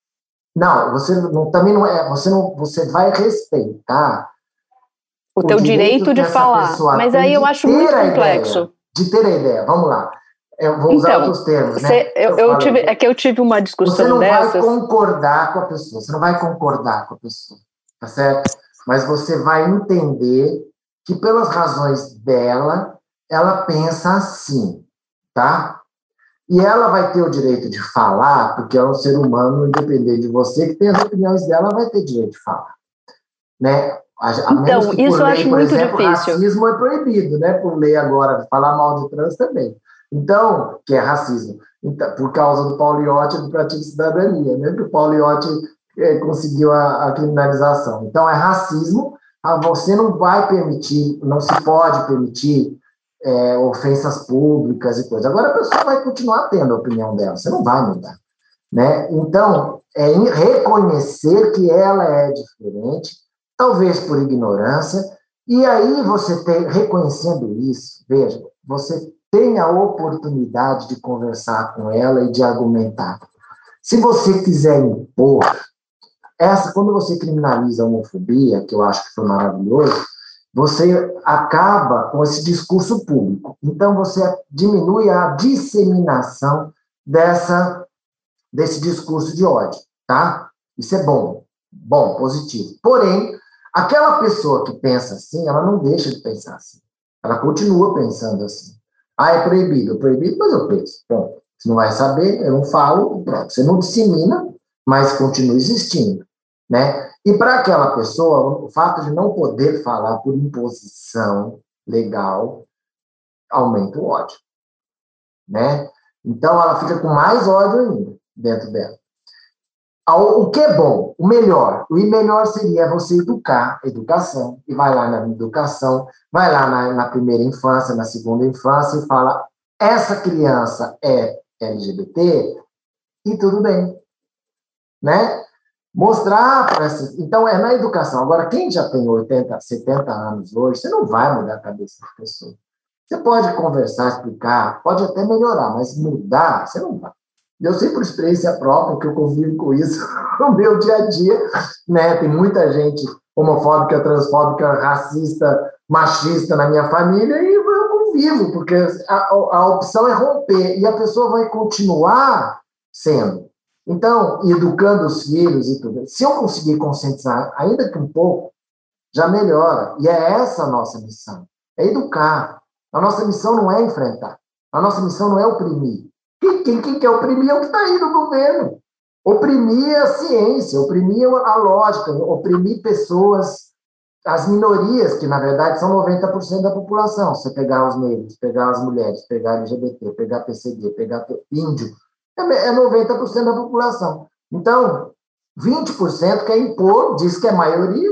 Não, você não, também não é, você, não, você vai respeitar o, o teu direito, direito de falar, mas aí eu acho muito complexo. Ideia, de ter a ideia, vamos lá. Eu vou usar então, outros termos, cê, né? Eu, eu tive, é que eu tive uma discussão Você não dessas. vai concordar com a pessoa, você não vai concordar com a pessoa, tá certo? Mas você vai entender que pelas razões dela, ela pensa assim, tá? E ela vai ter o direito de falar, porque é um ser humano, independente de você, que tem as opiniões dela, vai ter direito de falar, né? A, a então, que isso por eu lei, acho por muito exemplo, difícil. Racismo é proibido, né? Por lei agora, falar mal de trans também. Então, que é racismo. Então, por causa do Paulo Iotti e do Partido de Cidadania, né? Que o Paulo Iotti é, conseguiu a, a criminalização. Então, é racismo. Ah, você não vai permitir, não se pode permitir é, ofensas públicas e coisas. Agora, a pessoa vai continuar tendo a opinião dela, você não vai mudar, né? Então, é reconhecer que ela é diferente, talvez por ignorância, e aí você tem, reconhecendo isso, veja, você tem a oportunidade de conversar com ela e de argumentar. Se você quiser impor, essa, quando você criminaliza a homofobia, que eu acho que foi maravilhoso, você acaba com esse discurso público. Então, você diminui a disseminação dessa, desse discurso de ódio, tá? Isso é bom, bom, positivo. Porém, aquela pessoa que pensa assim, ela não deixa de pensar assim. Ela continua pensando assim. Ah, é proibido, é proibido, mas eu penso. Pronto. Você não vai saber, eu não falo, pronto. Você não dissemina, mas continua existindo, né? E para aquela pessoa, o fato de não poder falar por imposição legal aumenta o ódio, né? Então, ela fica com mais ódio ainda dentro dela. O que é bom, o melhor, o melhor seria você educar, educação, e vai lá na educação, vai lá na, na primeira infância, na segunda infância, e fala, essa criança é L G B T, e tudo bem, né? Mostrar para essas... Então, é na educação. Agora, quem já tem oitenta, setenta anos hoje, você não vai mudar a cabeça da pessoa. Você pode conversar, explicar, pode até melhorar, mas mudar, você não vai. Eu sei por experiência própria que eu convivo com isso no meu dia a dia, né? Tem muita gente homofóbica, transfóbica, racista, machista na minha família e eu convivo, porque a, a opção é romper e a pessoa vai continuar sendo. Então, educando os filhos e tudo. Se eu conseguir conscientizar, ainda que um pouco, já melhora. E é essa a nossa missão, é educar. A nossa missão não é enfrentar, a nossa missão não é oprimir. Quem, quem, quem quer oprimir é o que está aí no governo. Oprimir a ciência, oprimir a lógica, oprimir pessoas, as minorias, que na verdade são noventa por cento da população. Se você pegar os negros, pegar as mulheres, pegar L G B T, pegar P C D, pegar índio, é noventa por cento da população. Então, vinte por cento quer impor, diz que é maioria.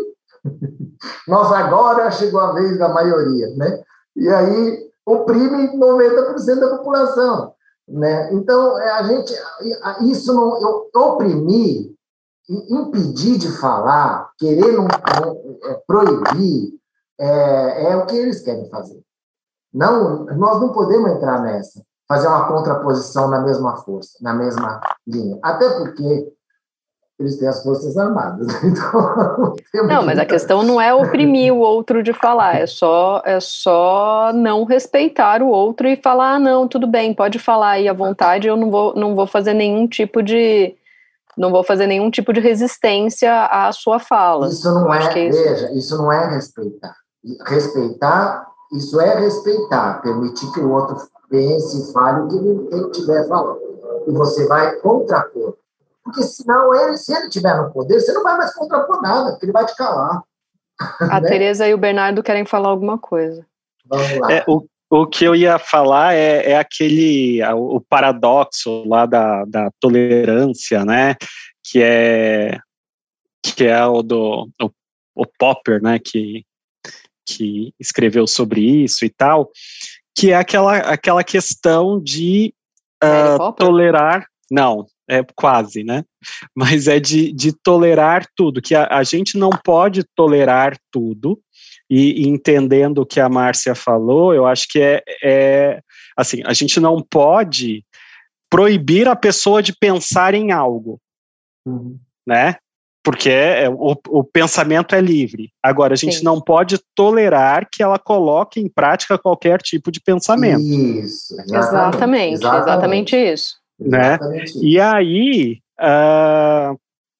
Nós agora chegou a vez da maioria, né? E aí oprime noventa por cento da população. Né? Então, a gente, isso não, eu, oprimir, impedir de falar, querer não, não, é, proibir, é, é o que eles querem fazer. Não, nós não podemos entrar nessa, fazer uma contraposição na mesma força, na mesma linha. Até porque eles têm as forças armadas. Então, não, mas a questão não é oprimir o outro de falar, é só, é só não respeitar o outro e falar, ah, não, tudo bem, pode falar aí à vontade, eu não vou, não vou fazer nenhum tipo de não vou fazer nenhum tipo de resistência à sua fala. Isso não é, veja, isso não é respeitar. Respeitar, isso é respeitar, permitir que o outro pense e fale o que ele, ele tiver falando. E você vai contrapor. Porque senão, ele, se ele estiver no poder, você não vai mais contrapor nada, porque ele vai te calar. A né? Tereza e o Bernardo querem falar alguma coisa. Vamos lá. É, o, o que eu ia falar é, é aquele, o paradoxo lá da, da tolerância, né, que é, que é o do o, o Popper, né, que, que escreveu sobre isso e tal, que é aquela, aquela questão de uh, tolerar, não, é quase, né? Mas é de, de tolerar tudo, que a, a gente não pode tolerar tudo, e, e entendendo o que a Márcia falou, eu acho que é, é, assim, a gente não pode proibir a pessoa de pensar em algo, uhum. né? Porque é, o, o pensamento é livre. Agora, a gente Sim. não pode tolerar que ela coloque em prática qualquer tipo de pensamento. Isso, exatamente, exatamente, exatamente, exatamente isso. Né? E aí uh,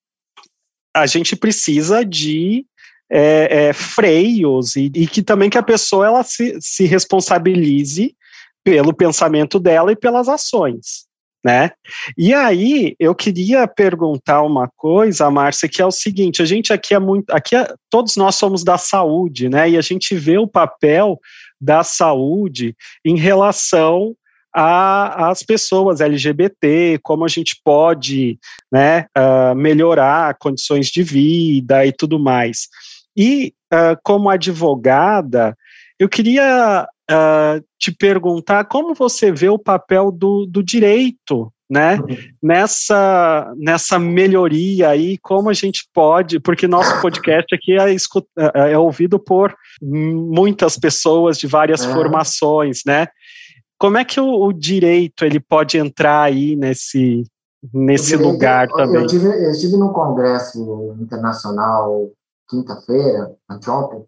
a gente precisa de é, é, freios e, e que também que a pessoa ela se, se responsabilize pelo pensamento dela e pelas ações, né? E aí eu queria perguntar uma coisa, Márcia, que é o seguinte: a gente aqui é muito, aqui é, todos nós somos da saúde, né? E a gente vê o papel da saúde em relação as pessoas L G B T, como a gente pode, né, uh, melhorar condições de vida e tudo mais. E, uh, como advogada, eu queria uh, te perguntar como você vê o papel do, do direito, né, uhum. nessa, nessa melhoria aí, como a gente pode, porque nosso podcast aqui é, escuta, é ouvido por muitas pessoas de várias uhum. formações, né. Como é que o, o direito ele pode entrar aí nesse, nesse direito, lugar eu, também? Eu estive eu estive num congresso internacional quinta-feira, anteontem,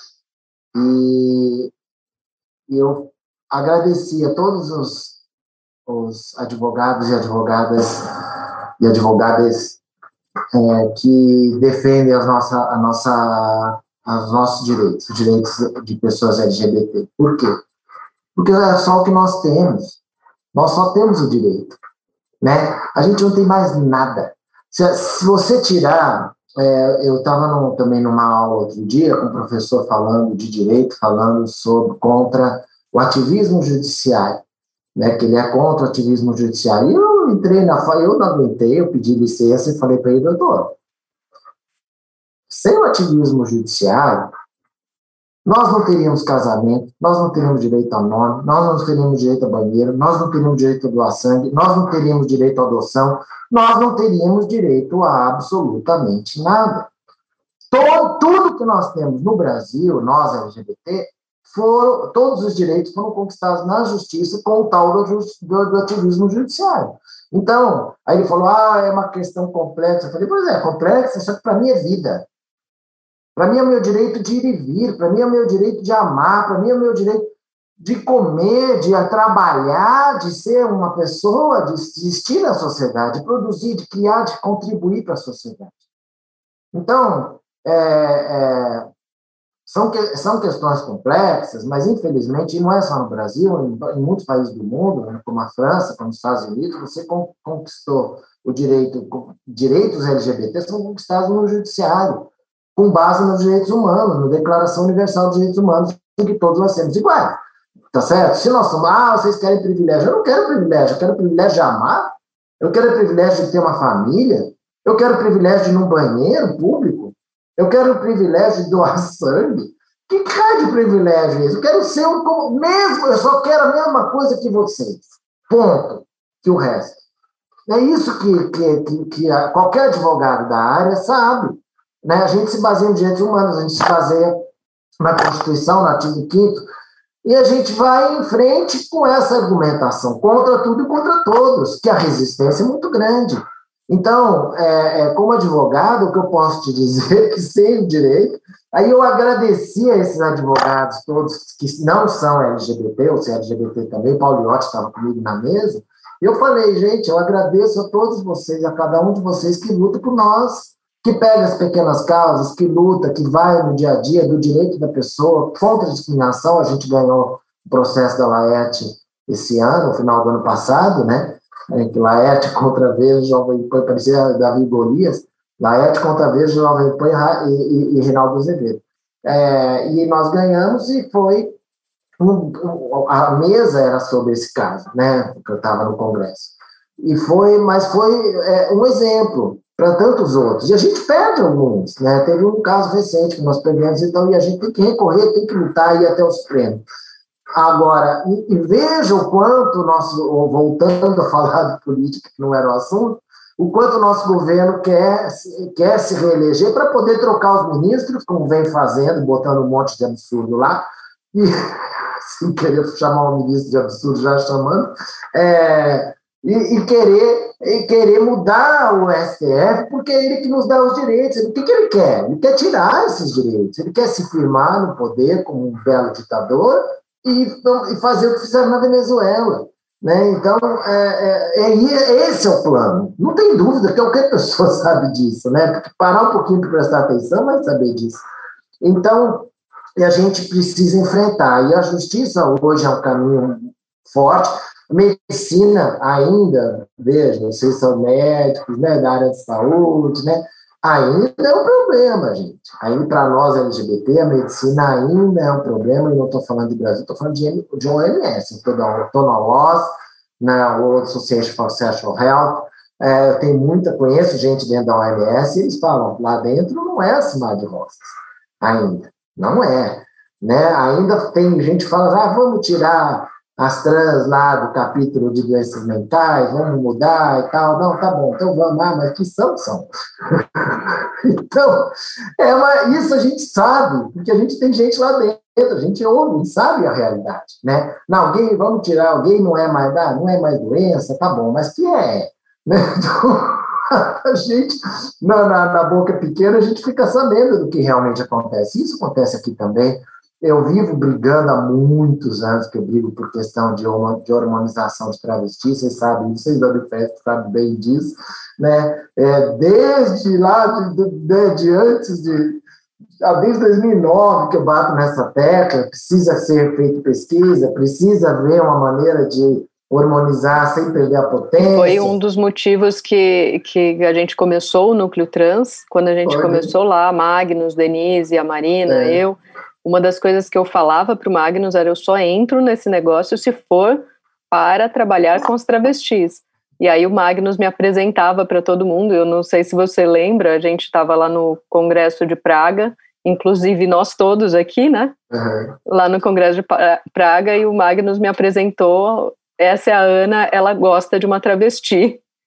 e eu agradeci a todos os, os advogados e advogadas e advogadas é, que defendem as nossa, a nossa, os nossos direitos, os direitos de pessoas L G B T. Por quê? Porque é só o que nós temos. Nós só temos o direito. Né? A gente não tem mais nada. Se, se você tirar... É, eu estava também numa aula outro dia com um professor falando de direito, falando sobre, contra o ativismo judiciário. Né, que ele é contra o ativismo judiciário. E eu entrei na fala, eu não aguentei, eu pedi licença e falei para ele, doutor, sem o ativismo judiciário, nós não teríamos casamento, nós não teríamos direito ao nome, nós não teríamos direito a banheiro, nós não teríamos direito a doar sangue, nós não teríamos direito à adoção, nós não teríamos direito a absolutamente nada. Todo, tudo que nós temos no Brasil, nós L G B T, foram, todos os direitos foram conquistados na justiça com o tal do, do, do ativismo judiciário. Então, aí ele falou, ah, é uma questão complexa. Eu falei, pois é, complexa, só que para mim é vida. Para mim é o meu direito de ir e vir, para mim é o meu direito de amar, para mim é o meu direito de comer, de trabalhar, de ser uma pessoa, de existir na sociedade, de produzir, de criar, de contribuir para a sociedade. Então, é, é, são, que, são questões complexas, mas, infelizmente, e não é só no Brasil, em, em muitos países do mundo, né, como a França, como os Estados Unidos, você conquistou o direito, direitos L G B T são conquistados no judiciário, com base nos direitos humanos, na Declaração Universal dos Direitos Humanos, em que todos nós somos iguais. Tá certo? Se nós somos, ah, vocês querem privilégio. Eu não quero privilégio, eu quero privilégio de amar, eu quero privilégio de ter uma família, eu quero privilégio de ir num banheiro público, eu quero privilégio de doar sangue. Que raio de privilégio é esse? Eu quero ser um como mesmo, eu só quero a mesma coisa que vocês. Ponto. Que o resto. É isso que, que, que, que a, qualquer advogado da área sabe. Né? A gente se baseia em direitos humanos, a gente se baseia na Constituição, no artigo quinto, e a gente vai em frente com essa argumentação contra tudo e contra todos, que a resistência é muito grande. Então, é, é, como advogado, o que eu posso te dizer é que sem o direito, aí eu agradeci a esses advogados todos que não são L G B T, ou se é L G B T também, Paulo Iotti estava comigo na mesa, e eu falei, gente, eu agradeço a todos vocês, a cada um de vocês que luta por nós, que pega as pequenas causas, que luta, que vai no dia a dia do direito da pessoa, contra a discriminação. A gente ganhou o processo da Laerte esse ano, no final do ano passado, né? Que Laerte contra a Veja, Jovem Pan, parecia Davi Golias, Laerte contra a Veja, Jovem Pan e, e, e Reinaldo Azevedo. É, e nós ganhamos e foi, um, um, a mesa era sobre esse caso, né? Porque eu estava no Congresso. E foi, mas foi é, um exemplo para tantos outros. E a gente perde alguns, né? Teve um caso recente que nós perdemos, então, e a gente tem que recorrer, tem que lutar e ir até o Supremo. Agora, e, e veja o quanto o nosso, voltando a falar de política, que não era o assunto, o quanto o nosso governo quer, quer se reeleger para poder trocar os ministros, como vem fazendo, botando um monte de absurdo lá, e, sem querer chamar o ministro de absurdo, já chamando, é, E, e, querer, e querer mudar o S T F, porque é ele que nos dá os direitos. O que, que ele quer? Ele quer tirar esses direitos, ele quer se firmar no poder como um belo ditador e, e fazer o que fizeram na Venezuela. Né? Então, é, é, é, esse é o plano. Não tem dúvida que qualquer pessoa sabe disso, né? Porque parar um pouquinho para prestar atenção vai saber disso. Então, a gente precisa enfrentar. E a justiça hoje é um caminho forte. A medicina ainda, veja, vocês são médicos, né, da área de saúde, né, ainda é um problema, gente. Ainda para nós, L G B T, a medicina ainda é um problema, e não estou falando de Brasil, estou falando de, de O M S, estou na O S, na World Association for Sexual Health, é, eu tenho muita, conheço gente dentro da O M S, e eles falam, lá dentro não é assim mar de rosas, ainda, não é. Né? Ainda tem gente que fala, ah, vamos tirar as trans lá do capítulo de doenças mentais, vamos mudar e tal. Não, tá bom, então vamos lá, mas que são, são. Então, é uma, isso a gente sabe, porque a gente tem gente lá dentro, a gente ouve e sabe a realidade, né? Não, gay, vamos tirar, alguém não é mais, ah, não é mais doença, tá bom, mas que é? Né? Então, a gente, na, na, na boca pequena, a gente fica sabendo do que realmente acontece. Isso acontece aqui também. Eu vivo brigando há muitos anos, que eu brigo por questão de, de hormonização de travestis, vocês sabem, vocês da Unifesp sabem bem disso, né? É, desde lá, de, de, de antes de, desde dois mil e nove que eu bato nessa tecla, precisa ser feita pesquisa, precisa haver uma maneira de hormonizar sem perder a potência. Foi um dos motivos que, que a gente começou o Núcleo Trans, quando a gente Foi. começou lá, a Magnus, Denise, a Marina, é. eu... Uma das coisas que eu falava para o Magnus era eu só entro nesse negócio se for para trabalhar com os travestis. E aí o Magnus me apresentava para todo mundo, eu não sei se você lembra, a gente estava lá no Congresso de Praga, inclusive nós todos aqui, né? Uhum. Lá no Congresso de Praga, e o Magnus me apresentou, essa é a Ana, ela gosta de uma travesti.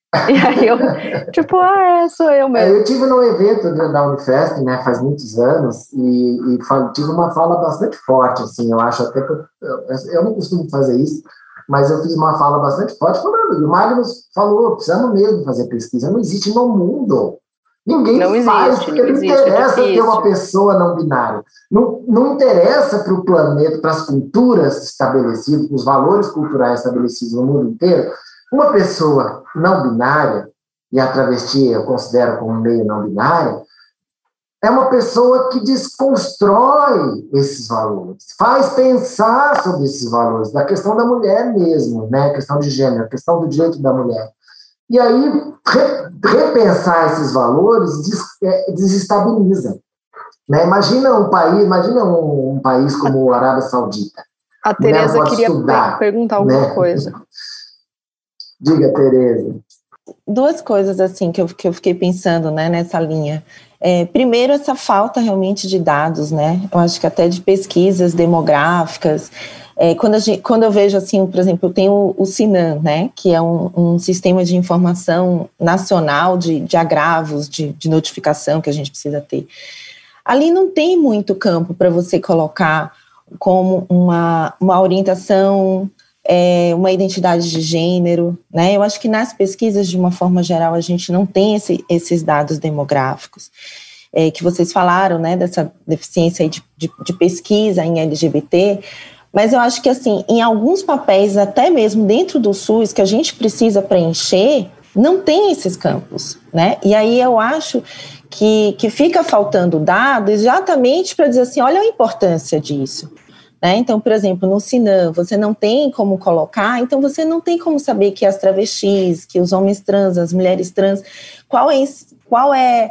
E aí eu, tipo, ah, é, sou eu mesmo. Eu tive num evento da Unifesp, né, faz muitos anos, e, e tive uma fala bastante forte, assim, eu acho até que eu, eu não costumo fazer isso, mas eu fiz uma fala bastante forte falando, e o Magnus falou, precisamos mesmo fazer pesquisa, não existe no mundo. Ninguém não faz, existe, porque não, não existe, interessa é ter uma pessoa não binária. Não, não interessa para o planeta, para as culturas estabelecidas, para os valores culturais estabelecidos no mundo inteiro, uma pessoa não binária, e a travesti eu considero como meio não binária, é uma pessoa que desconstrói esses valores, faz pensar sobre esses valores, da questão da mulher mesmo, né? A questão de gênero, a questão do direito da mulher. E aí, repensar esses valores desestabiliza. Né? Imagina um país, imagina um, um país como a Arábia Saudita. A Tereza queria estudar, perguntar alguma né? coisa. Diga, Tereza. Duas coisas assim que eu, que eu fiquei pensando, né, nessa linha. É, primeiro, essa falta realmente de dados, né? Eu acho que até de pesquisas demográficas. É, quando, a gente, quando eu vejo, assim, por exemplo, eu tenho o SINAM, né, que é um, um sistema de informação nacional de, de agravos, de, de notificação que a gente precisa ter. Ali não tem muito campo para você colocar como uma, uma orientação, é, uma identidade de gênero, né? Eu acho que nas pesquisas, de uma forma geral, a gente não tem esse, esses dados demográficos. É, que vocês falaram, né, dessa deficiência aí de, de, de pesquisa em L G B T, mas eu acho que, assim, em alguns papéis, até mesmo dentro do SUS, que a gente precisa preencher, não tem esses campos, né? E aí eu acho que, que fica faltando dado exatamente para dizer assim, olha a importância disso. Né? Então, por exemplo, no SINAM, você não tem como colocar, então você não tem como saber que as travestis, que os homens trans, as mulheres trans, qual é, qual é,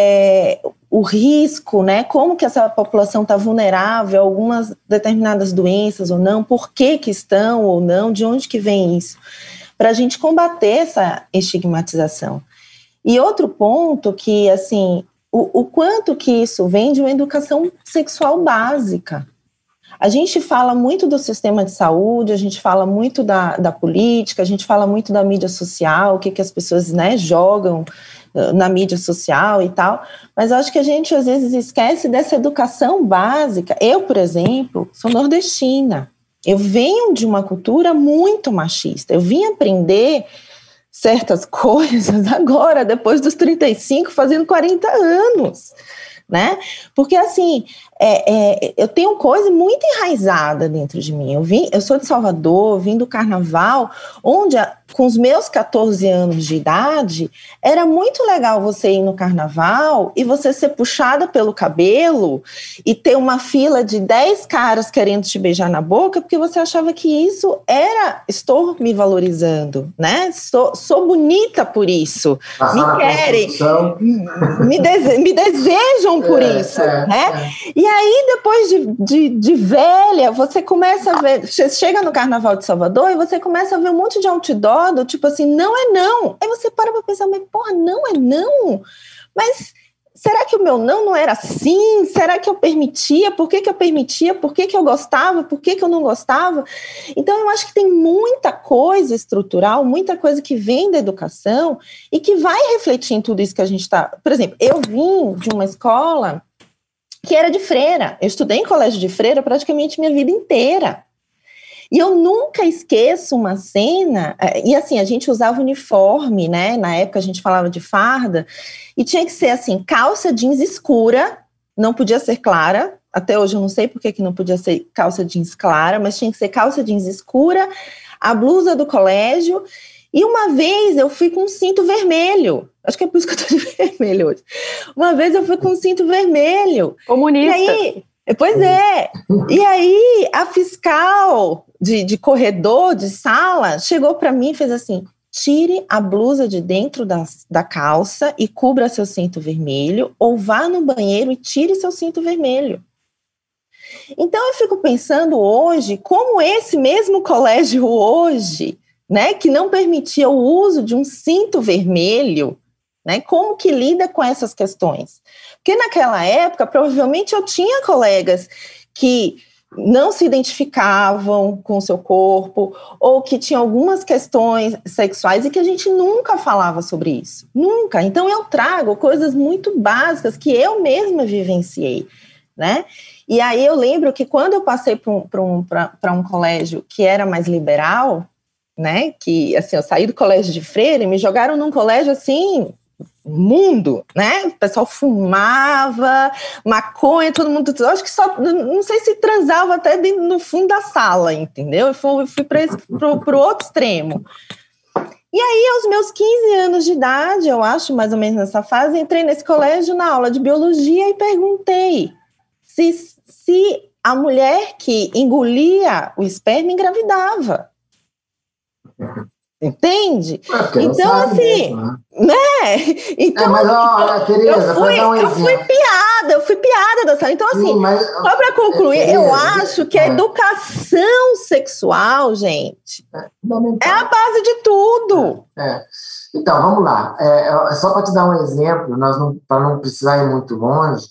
é o risco, né? Como que essa população está vulnerável a algumas determinadas doenças ou não, por que que estão ou não, de onde que vem isso, para a gente combater essa estigmatização. E outro ponto que, assim, o, o quanto que isso vem de uma educação sexual básica. A gente fala muito do sistema de saúde, a gente fala muito da, da política, a gente fala muito da mídia social, o que, que as pessoas, né, jogam na mídia social e tal, mas eu acho que a gente às vezes esquece dessa educação básica. Eu, por exemplo, sou nordestina, eu venho de uma cultura muito machista, eu vim aprender certas coisas agora, depois dos trinta e cinco, fazendo quarenta anos, né? Porque, assim, é, é, eu tenho coisa muito enraizada dentro de mim. Eu, vim, eu sou de Salvador, vim do Carnaval, onde, com os meus catorze anos de idade, era muito legal você ir no Carnaval e você ser puxada pelo cabelo e ter uma fila de dez caras querendo te beijar na boca, porque você achava que isso era, estou me valorizando, né? Sou, sou bonita por isso. Passar me querem, me, dese, me desejam por é, isso, é, né? É. E aí, depois de, de, de velha, você começa a ver, você chega no Carnaval de Salvador e você começa a ver um monte de outdoor do tipo assim, não é não. Aí você para pra pensar, mas porra, não é não? Mas será que o meu não não era assim? Será que eu permitia? Por que que eu permitia? Por que que eu gostava? Por que que eu não gostava? Então, eu acho que tem muita coisa estrutural, muita coisa que vem da educação e que vai refletir em tudo isso que a gente está... Por exemplo, eu vim de uma escola que era de freira. Eu estudei em colégio de freira praticamente minha vida inteira. E eu nunca esqueço uma cena, e assim, a gente usava uniforme, né? Na época a gente falava de farda, e tinha que ser assim, calça jeans escura, não podia ser clara, até hoje eu não sei por que que não podia ser calça jeans clara, mas tinha que ser calça jeans escura, a blusa do colégio, e uma vez eu fui com um cinto vermelho, acho que é por isso que eu tô de vermelho hoje, uma vez eu fui com um cinto vermelho. Comunista. E aí, pois é, e aí a fiscal de, de corredor, de sala, chegou para mim e fez assim, tire a blusa de dentro da, da calça e cubra seu cinto vermelho, ou vá no banheiro e tire seu cinto vermelho. Então eu fico pensando hoje, como esse mesmo colégio hoje, né, que não permitia o uso de um cinto vermelho, né, como que lida com essas questões? Porque naquela época, provavelmente eu tinha colegas que não se identificavam com o seu corpo, ou que tinham algumas questões sexuais e que a gente nunca falava sobre isso, nunca. Então eu trago coisas muito básicas que eu mesma vivenciei, né? E aí eu lembro que quando eu passei para um, um, um colégio que era mais liberal, né, que assim, eu saí do colégio de freira e me jogaram num colégio assim, mundo, né, o pessoal fumava, maconha, todo mundo, eu acho que só, não sei se transava até dentro, no fundo da sala, entendeu? Eu fui, fui para o outro extremo. E aí, aos meus quinze anos de idade, eu acho, mais ou menos nessa fase, entrei nesse colégio na aula de biologia e perguntei se, se a mulher que engolia o esperma engravidava. Entende? É, então, assim, mesmo, né? né? Então, é, mas, ó, Tereza, eu, fui, dar um eu fui piada, eu fui piada da sala. Então, assim, Sim, mas, só para concluir, é, Tereza, eu acho que a educação sexual, gente, é, é a base de tudo. É, é. Então, vamos lá. É, só para te dar um exemplo, nós não, para não precisar ir muito longe,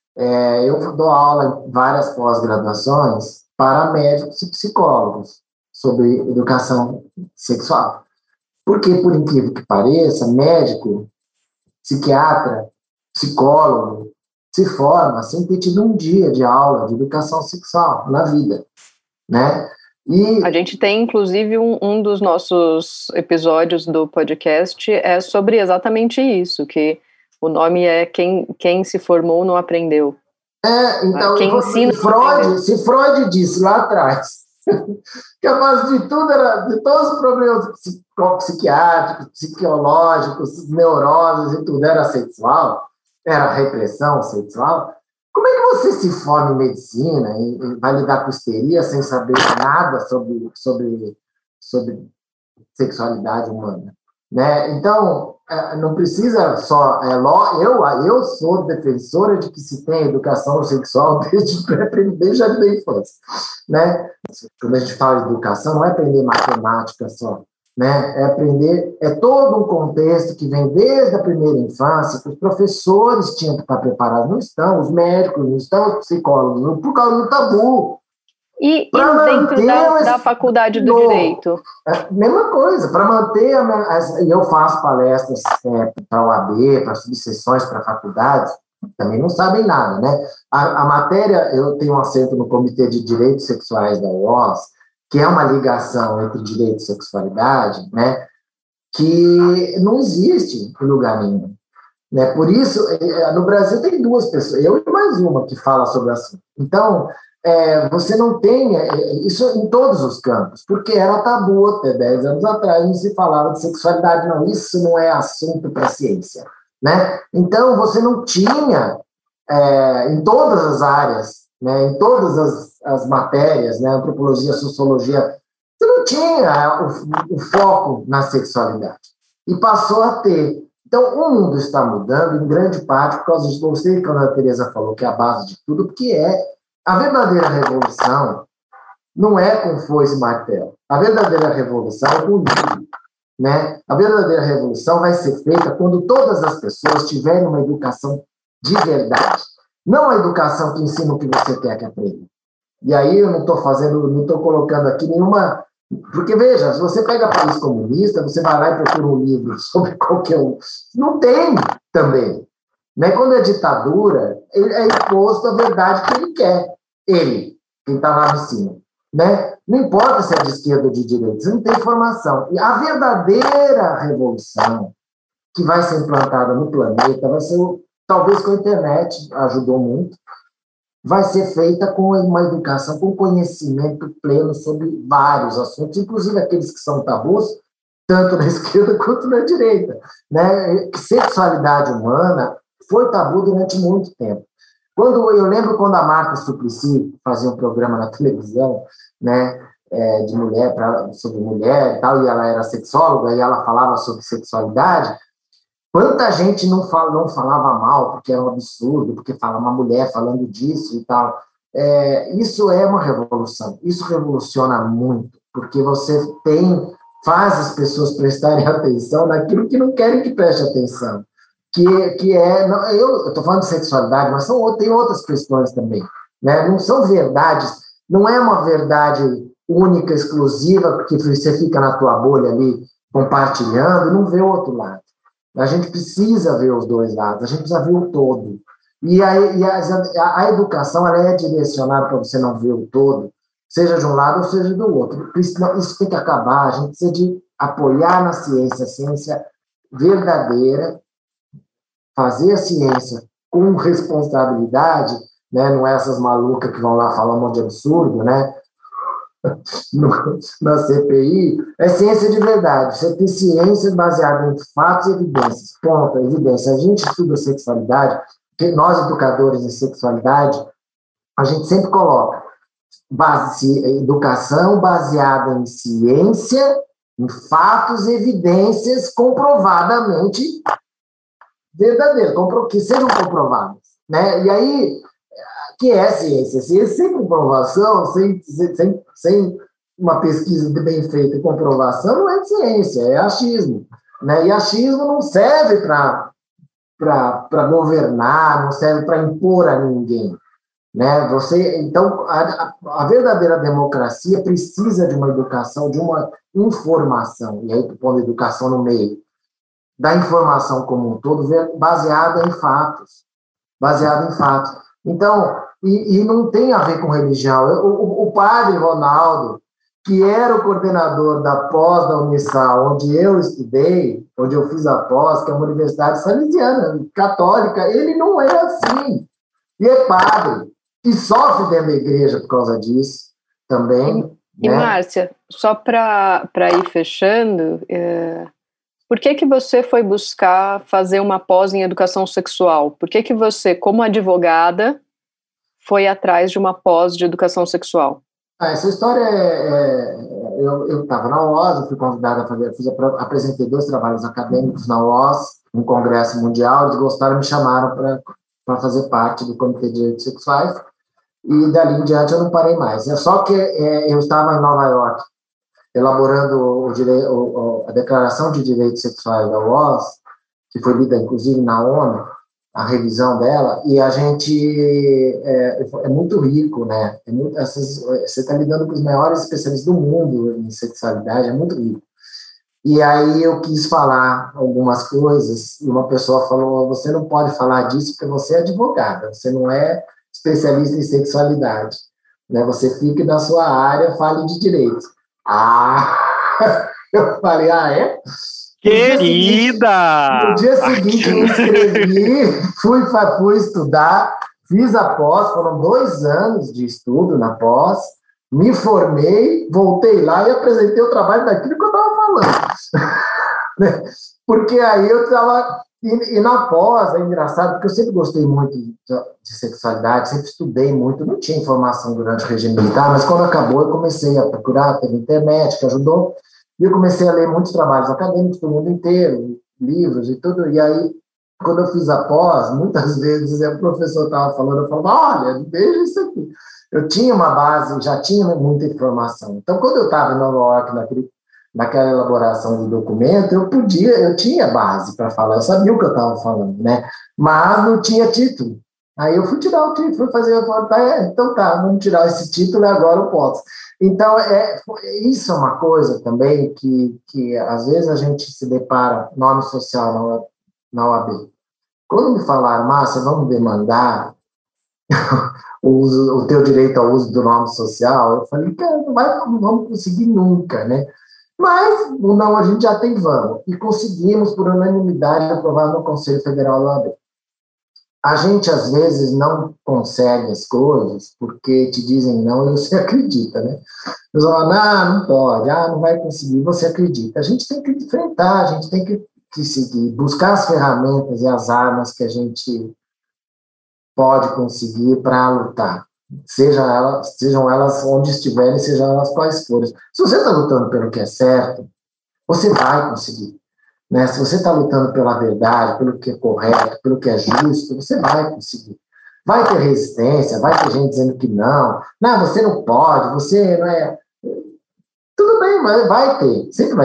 é, eu dou aula em várias pós-graduações para médicos e psicólogos sobre educação sexual. Porque, por incrível que pareça, médico, psiquiatra, psicólogo, se forma sem ter tido um dia de aula de educação sexual na vida, né? E a gente tem, inclusive, um, um dos nossos episódios do podcast é sobre exatamente isso, que o nome é Quem, quem se formou não aprendeu. É, então, quem ensina Freud, se Freud disse lá atrás que a base de tudo era, de todos os problemas psiquiátricos, psicológicos, neuroses e tudo era sexual, era repressão sexual, como é que você se forma em medicina e, e vai lidar com histeria sem saber nada sobre, sobre, sobre sexualidade humana? Né? Então, não precisa só... É, eu, eu sou defensora de que se tem educação sexual desde, desde já da infância. Né? Quando a gente fala de educação, não é aprender matemática só. Né? É aprender... É todo um contexto que vem desde a primeira infância, que os professores tinham que estar preparados. Não estão, os médicos, não estão os psicólogos, por causa do tabu. E, e dentro da, da faculdade do direito? É, mesma coisa, para manter, a, e eu faço palestras é, para a O A B, para subseções, para faculdades, também não sabem nada, né? A, a matéria, eu tenho um assento no Comitê de Direitos Sexuais da U O S, que é uma ligação entre direito e sexualidade, né? Que não existe em lugar nenhum. Né? Por isso, no Brasil tem duas pessoas, eu e mais uma, que fala sobre o assunto. Então, É, você não tem isso em todos os campos, porque era tabu até dez anos atrás, não se falava de sexualidade, não, isso não é assunto para a ciência, né? Então, você não tinha, é, em todas as áreas, né, em todas as, as matérias, né, antropologia, sociologia, você não tinha o, o foco na sexualidade, e passou a ter. Então, o mundo está mudando, em grande parte, por causa de você, quando a Tereza falou que é a base de tudo, porque é a verdadeira revolução não é com foice e martelo. A verdadeira revolução é com o livro, né? A verdadeira revolução vai ser feita quando todas as pessoas tiverem uma educação de verdade. Não a educação que ensina o que você quer que aprenda. E aí eu não estou fazendo, não estou colocando aqui nenhuma... Porque, veja, se você pega país comunista, você vai lá e procura um livro sobre qualquer um. Não tem também. Né? Quando é ditadura, é imposto a verdade que ele quer. Ele, quem está lá em cima. Né? Não importa se é de esquerda ou de direita, você não tem informação. E a verdadeira revolução que vai ser implantada no planeta, vai ser, talvez com a internet, ajudou muito, vai ser feita com uma educação, com conhecimento pleno sobre vários assuntos, inclusive aqueles que são tabus, tanto na esquerda quanto na direita. Né? Sexualidade humana foi tabu durante muito tempo. Quando, eu lembro quando a Marta Suplicy fazia um programa na televisão, né, é, de mulher, pra, sobre mulher e tal, e ela era sexóloga, e ela falava sobre sexualidade, quanta gente não, fala, não falava mal, porque era um absurdo, porque fala uma mulher falando disso e tal. É, isso é uma revolução, isso revoluciona muito, porque você tem, faz as pessoas prestarem atenção naquilo que não querem que preste atenção. Que, que é, não, eu estou falando de sexualidade, mas são, tem outras questões também, né? Não são verdades, não é uma verdade única, exclusiva, porque você fica na tua bolha ali, compartilhando, e não vê o outro lado. A gente precisa ver os dois lados, a gente precisa ver o todo. E a, e a, a, a educação ela é direcionada para você não ver o todo, seja de um lado ou seja do outro. Isso, isso tem que acabar, a gente precisa de apoiar na ciência, a ciência verdadeira, fazer a ciência com responsabilidade, né? Não é essas malucas que vão lá falar um monte de absurdo, né? No, na C P I, é ciência de verdade. Você tem ciência baseada em fatos e evidências. Ponto, evidência. A gente estuda sexualidade, nós educadores em sexualidade, a gente sempre coloca base, educação baseada em ciência, em fatos e evidências comprovadamente verdadeiras, que sejam comprovadas, né? E aí, que é ciência? Ciência sem comprovação, sem, sem, sem uma pesquisa bem feita e comprovação, não é ciência, é achismo, né? E achismo não serve para para governar, não serve para impor a ninguém, né? Você, então, a, a verdadeira democracia precisa de uma educação, de uma informação, e aí tu põe a educação no meio, da informação como um todo, baseada em fatos, baseada em fatos. Então, e, e não tem a ver com religião. O, o padre Ronaldo, que era o coordenador da pós da Unisal, onde eu estudei, onde eu fiz a pós, que é uma universidade salesiana, católica, ele não é assim. E é padre. E sofre dentro da igreja por causa disso também. E, né? E Márcia, só para ir fechando, é, por que que você foi buscar fazer uma pós em educação sexual? Por que que você, como advogada, foi atrás de uma pós de educação sexual? Ah, essa história é... é eu estava na U O S, eu fui convidada a fazer, fiz, apresentei dois trabalhos acadêmicos na U O S, um congresso mundial, eles gostaram, me chamaram para fazer parte do Comitê de Direitos Sexuais, e dali em diante eu não parei mais. É só que é, eu estava em Nova York, elaborando o direito, o, a Declaração de Direitos Sexuais da U O S, que foi lida inclusive na ONU, a revisão dela, e a gente é, é muito rico, né? É muito, essas, você está lidando com os maiores especialistas do mundo em sexualidade, é muito rico. E aí eu quis falar algumas coisas, e uma pessoa falou, você não pode falar disso porque você é advogada, você não é especialista em sexualidade, né? Você fique na sua área, fale de direito. Ah! Eu falei, ah, é? Querida! No dia seguinte, me inscrevi, fui, fui estudar, fiz a pós, foram dois anos de estudo na pós, me formei, voltei lá e apresentei o trabalho daquilo que eu estava falando. Porque aí eu estava... E, e na pós, é engraçado, porque eu sempre gostei muito de, de sexualidade, sempre estudei muito, não tinha informação durante o regime militar, mas quando acabou eu comecei a procurar, teve internet que ajudou, e eu comecei a ler muitos trabalhos acadêmicos do mundo inteiro, livros e tudo, e aí, quando eu fiz a pós, muitas vezes o professor estava falando, eu falava, olha, veja isso aqui. Eu tinha uma base, já tinha muita informação. Então, quando eu estava em Nova York, naquele, naquela elaboração do documento, eu podia, eu tinha base para falar, eu sabia o que eu estava falando, né? Mas não tinha título. Aí eu fui tirar o título, fui fazer, eu falei, tá, é, então tá, vamos tirar esse título e agora eu posso. Então, é, isso é uma coisa também que, que às vezes a gente se depara, nome social na, na O A B. Quando me falaram, Márcia, vamos demandar o, uso, o teu direito ao uso do nome social, eu falei, cara, não, vai, não vamos conseguir nunca, né? Mas, não, a gente já tem vamos. E conseguimos, por unanimidade, aprovar no Conselho Federal da O A B. A gente, às vezes, não consegue as coisas porque te dizem não e você acredita, né? Eles falam, ah, não pode, ah, não vai conseguir, você acredita. A gente tem que enfrentar, a gente tem que, que seguir, buscar as ferramentas e as armas que a gente pode conseguir para lutar. Seja elas, sejam elas onde estiverem, sejam elas quais forem. Se você está lutando pelo que é certo, você vai conseguir. Né? Se você está lutando pela verdade, pelo que é correto, pelo que é justo, você vai conseguir. Vai ter resistência, vai ter gente dizendo que não, não, você não pode, você não é... Tudo bem, mas vai ter, sempre vai ter.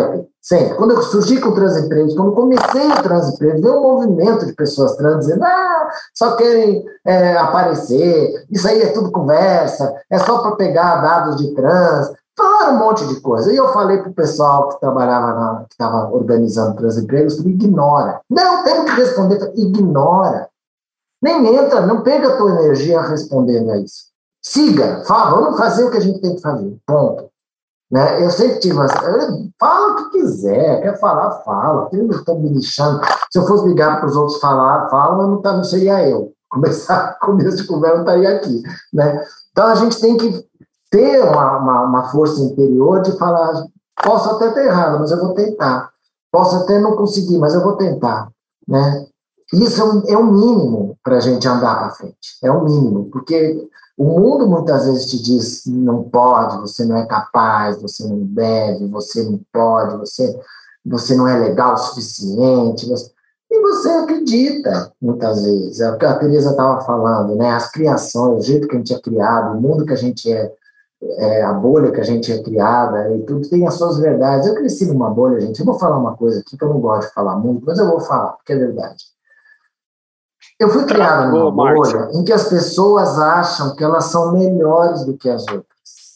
Sempre. Quando eu surgi com transempregos, quando comecei o transempregos, veio um movimento de pessoas trans dizendo, ah, só querem é, aparecer, isso aí é tudo conversa, é só para pegar dados de trans, falaram um monte de coisa. E eu falei para o pessoal que trabalhava, na, que estava organizando transempregos, falei, ignora. Não, temos que responder, ignora. Nem entra, não pega a tua energia respondendo a isso. Siga, fala, vamos fazer o que a gente tem que fazer, ponto. Né? Eu sempre tive uma... Fala o que quiser, quer falar, fala. Eu não estou me lixando. Se eu fosse ligar para os outros falar, fala, mas não, tá, não seria eu. Começar, começo de conversa, não estaria aqui. Né? Então, a gente tem que ter uma, uma, uma força interior de falar, posso até ter errado, mas eu vou tentar. Posso até não conseguir, mas eu vou tentar. Né? Isso é um, é um mínimo para a gente andar para frente. É um mínimo, porque... O mundo muitas vezes te diz, não pode, você não é capaz, você não deve, você não pode, você, você não é legal o suficiente. Você... E você acredita, muitas vezes. É o que a Teresa estava falando, né? As criações, o jeito que a gente é criado, o mundo que a gente é, é, a bolha que a gente é criada, e tudo tem as suas verdades. Eu cresci numa bolha, gente. Eu vou falar uma coisa aqui que eu não gosto de falar muito, mas eu vou falar, porque é verdade. Eu fui criado numa bolha em que as pessoas acham que elas são melhores do que as outras.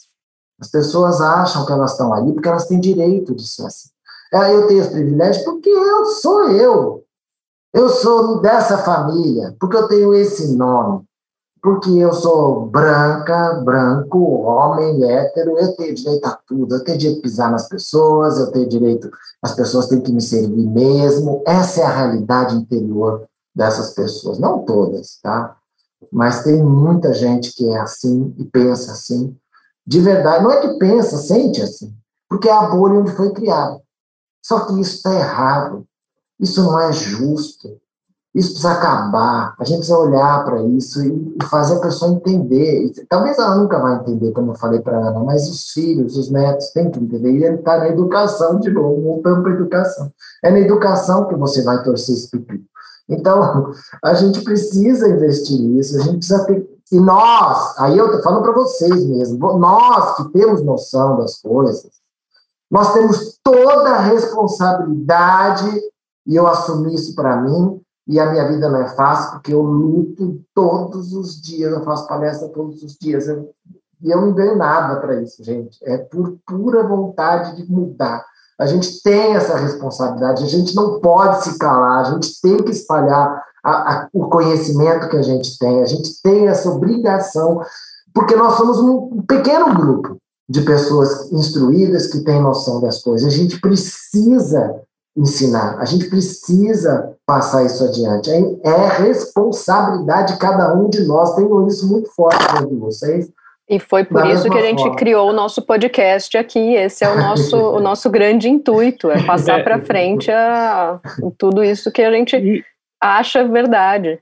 As pessoas acham que elas estão ali porque elas têm direito de ser assim. Eu tenho esse privilégio porque eu sou eu. Eu sou dessa família, porque eu tenho esse nome, porque eu sou branca, branco, homem, hétero, eu tenho direito a tudo, eu tenho direito de pisar nas pessoas, eu tenho direito, as pessoas têm que me servir mesmo. Essa é a realidade interior dessas pessoas, não todas, tá? Mas tem muita gente que é assim e pensa assim, de verdade, não é que pensa, sente assim, porque é a bolha onde foi criado. Só que isso está errado, isso não é justo, isso precisa acabar, a gente precisa olhar para isso e fazer a pessoa entender. E talvez ela nunca vai entender, como eu falei para a Ana, mas os filhos, os netos têm que entender, e ele está na educação de novo, voltando para a educação. É na educação que você vai torcer esse pepino. Então, a gente precisa investir nisso, a gente precisa ter... E nós, aí eu estou falando para vocês mesmo, nós que temos noção das coisas, nós temos toda a responsabilidade, e eu assumi isso para mim, e a minha vida não é fácil, porque eu luto todos os dias, eu faço palestra todos os dias, eu, e eu não ganho nada para isso, gente, é por pura vontade de mudar. A gente tem essa responsabilidade, a gente não pode se calar, a gente tem que espalhar a, a, o conhecimento que a gente tem, a gente tem essa obrigação, porque nós somos um pequeno grupo de pessoas instruídas que têm noção das coisas. A gente precisa ensinar, a gente precisa passar isso adiante. É, é responsabilidade de cada um de nós, tenho isso muito forte dentro de vocês. E foi por da isso que a gente forma. criou o nosso podcast aqui. Esse é o nosso, o nosso grande intuito, é passar para frente a, tudo isso que a gente acha verdade.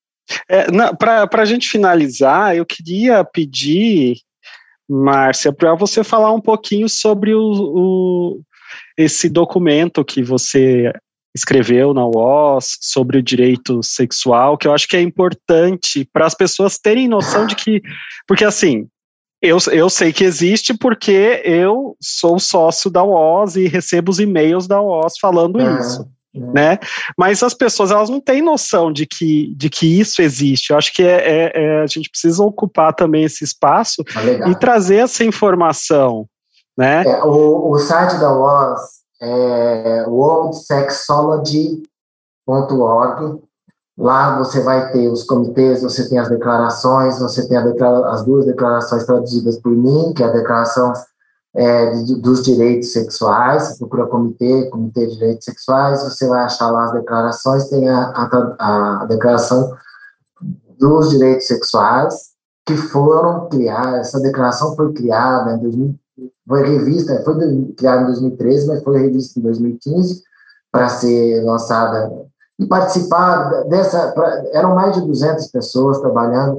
É, para a gente finalizar, eu queria pedir, Márcia, para você falar um pouquinho sobre o, o, esse documento que você escreveu na U O S sobre o direito sexual, que eu acho que é importante para as pessoas terem noção de que, porque assim, Eu, eu sei que existe porque eu sou sócio da U O S e recebo os e-mails da U O S falando é, isso, é. né? Mas as pessoas, elas não têm noção de que, de que isso existe. Eu acho que é, é, é, a gente precisa ocupar também esse espaço ah, e trazer essa informação, né? É, o, o site da U O S é world sexology ponto org. Lá você vai ter os comitês, você tem as declarações, você tem a declara- as duas declarações traduzidas por mim, que é a declaração é, de, dos direitos sexuais. Você procura comitê, comitê de direitos sexuais, você vai achar lá as declarações, tem a, a, a declaração dos direitos sexuais, que foram criadas, essa declaração foi criada em dois mil, foi revista, foi criada em dois mil e treze, mas foi revista em dois mil e quinze, para ser lançada. E participar dessa, pra, eram mais de duzentas pessoas trabalhando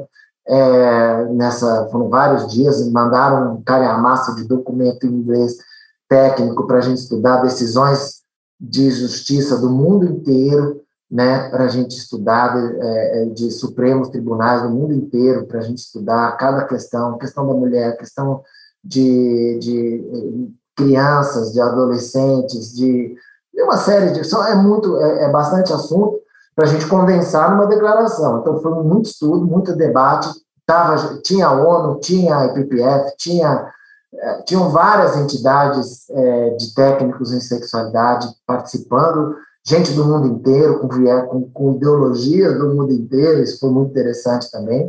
é, nessa, foram vários dias, mandaram um calhamaço de documento em inglês técnico para a gente estudar decisões de justiça do mundo inteiro, né, para a gente estudar de, é, de supremos tribunais do mundo inteiro, para a gente estudar cada questão, questão da mulher, questão de, de crianças, de adolescentes, de, de uma série de... Só é, muito, é, é bastante assunto para a gente condensar numa declaração. Então, foi muito estudo, muito debate. Tava, tinha a ONU, tinha a I P P F, tinha, tinham várias entidades é, de técnicos em sexualidade participando, gente do mundo inteiro, com, com, com ideologias do mundo inteiro, isso foi muito interessante também,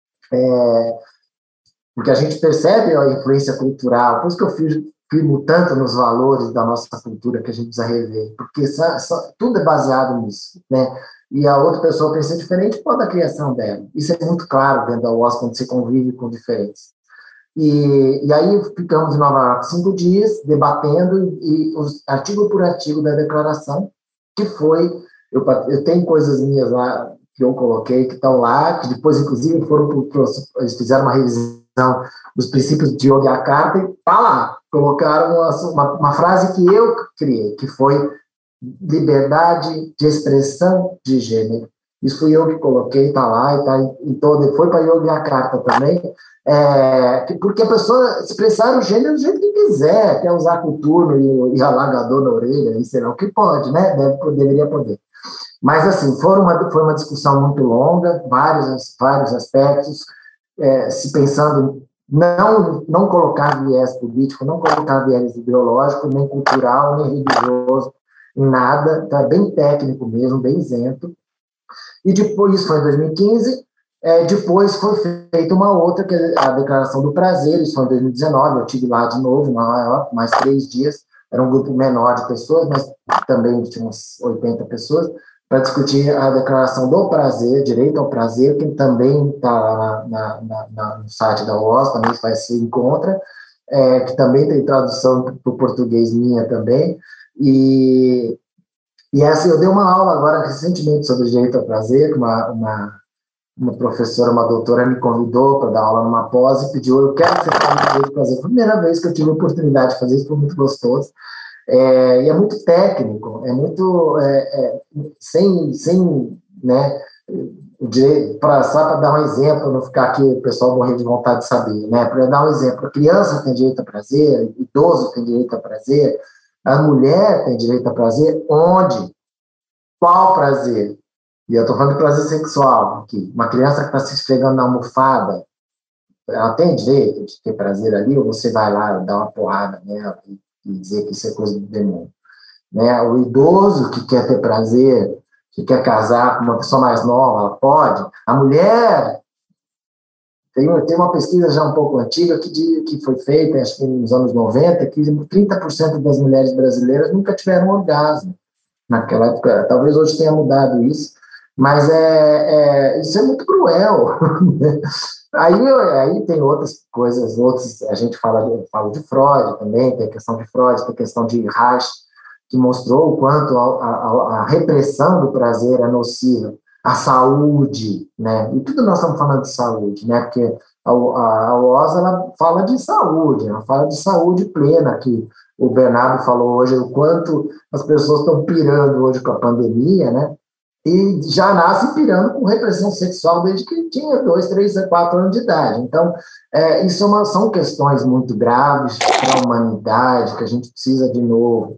é, porque a gente percebe a influência cultural, por isso que eu fiz, firmo tanto nos valores da nossa cultura que a gente precisa rever, porque só, só, tudo é baseado nisso, né? E a outra pessoa pensa diferente por causa da criação dela. Isso é muito claro dentro da U O S, quando você convive com diferentes. E, e aí ficamos em Nova York cinco dias, debatendo, e, e os, artigo por artigo da declaração, que foi, eu, eu tenho coisas minhas lá, que eu coloquei, que estão lá, que depois, inclusive, foram pro, eles fizeram uma revisão dos princípios de Yogyakarta, e tá lá, colocaram uma, uma, uma frase que eu criei, que foi liberdade de expressão de gênero. Isso fui eu que coloquei, está lá, e tá em todo, foi para Yogyakarta também, é, porque a pessoa expressar o gênero do jeito que quiser, quer usar coturno e, e alagador na orelha, e sei lá o que pode, né? Deve, deveria poder. Mas, assim, foi uma, foi uma discussão muito longa, vários, vários aspectos, é, se pensando não, não colocar viés político, não colocar viés ideológico, nem cultural, nem religioso, em nada, tá bem técnico mesmo, bem isento. E depois, isso foi em dois mil e quinze, é, depois foi feita uma outra, que é a Declaração do Prazer, isso foi em dois mil e dezenove, eu estive lá de novo, maior, mais três dias, era um grupo menor de pessoas, mas também tinha umas oitenta pessoas, para discutir a Declaração do Prazer, direito ao prazer, que também está lá na, na, na, no site da U O S, também vai se encontra, é, que também tem tradução para o português minha também, e, e essa, eu dei uma aula agora recentemente sobre direito ao prazer, que uma, uma, uma professora, uma doutora me convidou para dar aula numa pós e pediu, eu quero que você fale de direito ao prazer. Foi a primeira vez que eu tive a oportunidade de fazer isso, foi muito gostoso. É, e é muito técnico, é muito, é, é, sem, sem, né, pra, só para dar um exemplo, não ficar aqui o pessoal morrer de vontade de saber, né, para dar um exemplo, a criança tem direito a prazer, o idoso tem direito a prazer, a mulher tem direito a prazer, onde? Qual prazer? E eu estou falando de prazer sexual aqui, uma criança que está se esfregando na almofada, ela tem direito de ter prazer ali, ou você vai lá e dá uma porrada nela, e e dizer que isso é coisa do demônio, né? O idoso que quer ter prazer, que quer casar com uma pessoa mais nova, ela pode. A mulher, tem, tem uma pesquisa já um pouco antiga que, de, que foi feita, acho que nos anos noventa, que trinta por cento das mulheres brasileiras nunca tiveram orgasmo naquela época. Talvez hoje tenha mudado isso, mas é, é, isso é muito cruel, né? Aí, aí tem outras coisas, outros, a gente fala de, fala de Freud também, tem a questão de Freud, tem a questão de Reich, que mostrou o quanto a, a, a repressão do prazer é nociva, a saúde, né? E tudo nós estamos falando de saúde, né? Porque a, a, a U O S, ela fala de saúde, ela fala de saúde plena, que o Bernardo falou hoje, o quanto as pessoas estão pirando hoje com a pandemia, né? E já nasce pirando com repressão sexual desde que tinha dois, três, quatro anos de idade. Então, é, isso é uma, são questões muito graves para a humanidade, que a gente precisa, de novo,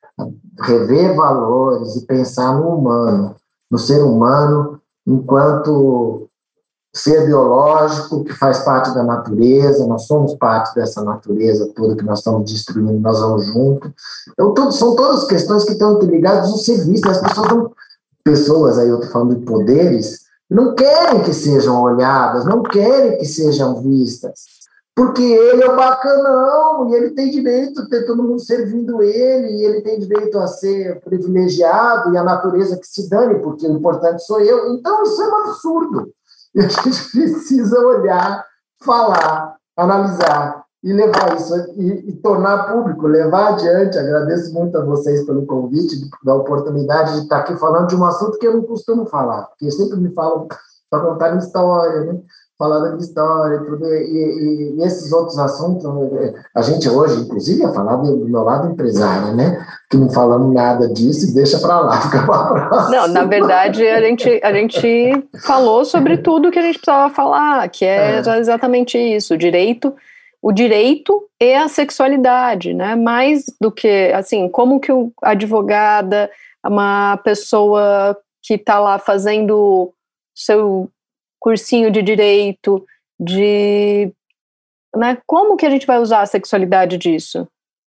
rever valores e pensar no humano, no ser humano, enquanto ser biológico, que faz parte da natureza, nós somos parte dessa natureza toda que nós estamos destruindo, nós vamos junto. Então, tudo, são todas questões que estão interligadas no serviço, as pessoas não... pessoas, aí eu estou falando de poderes, não querem que sejam olhadas, não querem que sejam vistas, porque ele é o bacanão, e ele tem direito a ter todo mundo servindo ele, e ele tem direito a ser privilegiado, e a natureza que se dane, porque o importante sou eu. Então isso é um absurdo, e a gente precisa olhar, falar, analisar, e levar isso, e, e tornar público, levar adiante. Agradeço muito a vocês pelo convite, da oportunidade de estar aqui falando de um assunto que eu não costumo falar, porque eu sempre me falo para contar minha história, né? Falar da minha história, tudo, e, e, e esses outros assuntos, a gente hoje, inclusive, ia falar do, do meu lado empresário, né? Que não falamos nada disso e deixa para lá, fica para próxima. Não, na verdade, a gente, a gente falou sobre tudo que a gente precisava falar, que é, é. exatamente isso, o direito o direito e a sexualidade, né? Mais do que, assim, como que o advogada, uma pessoa que está lá fazendo seu cursinho de direito, de, né? Como que a gente vai usar a sexualidade disso?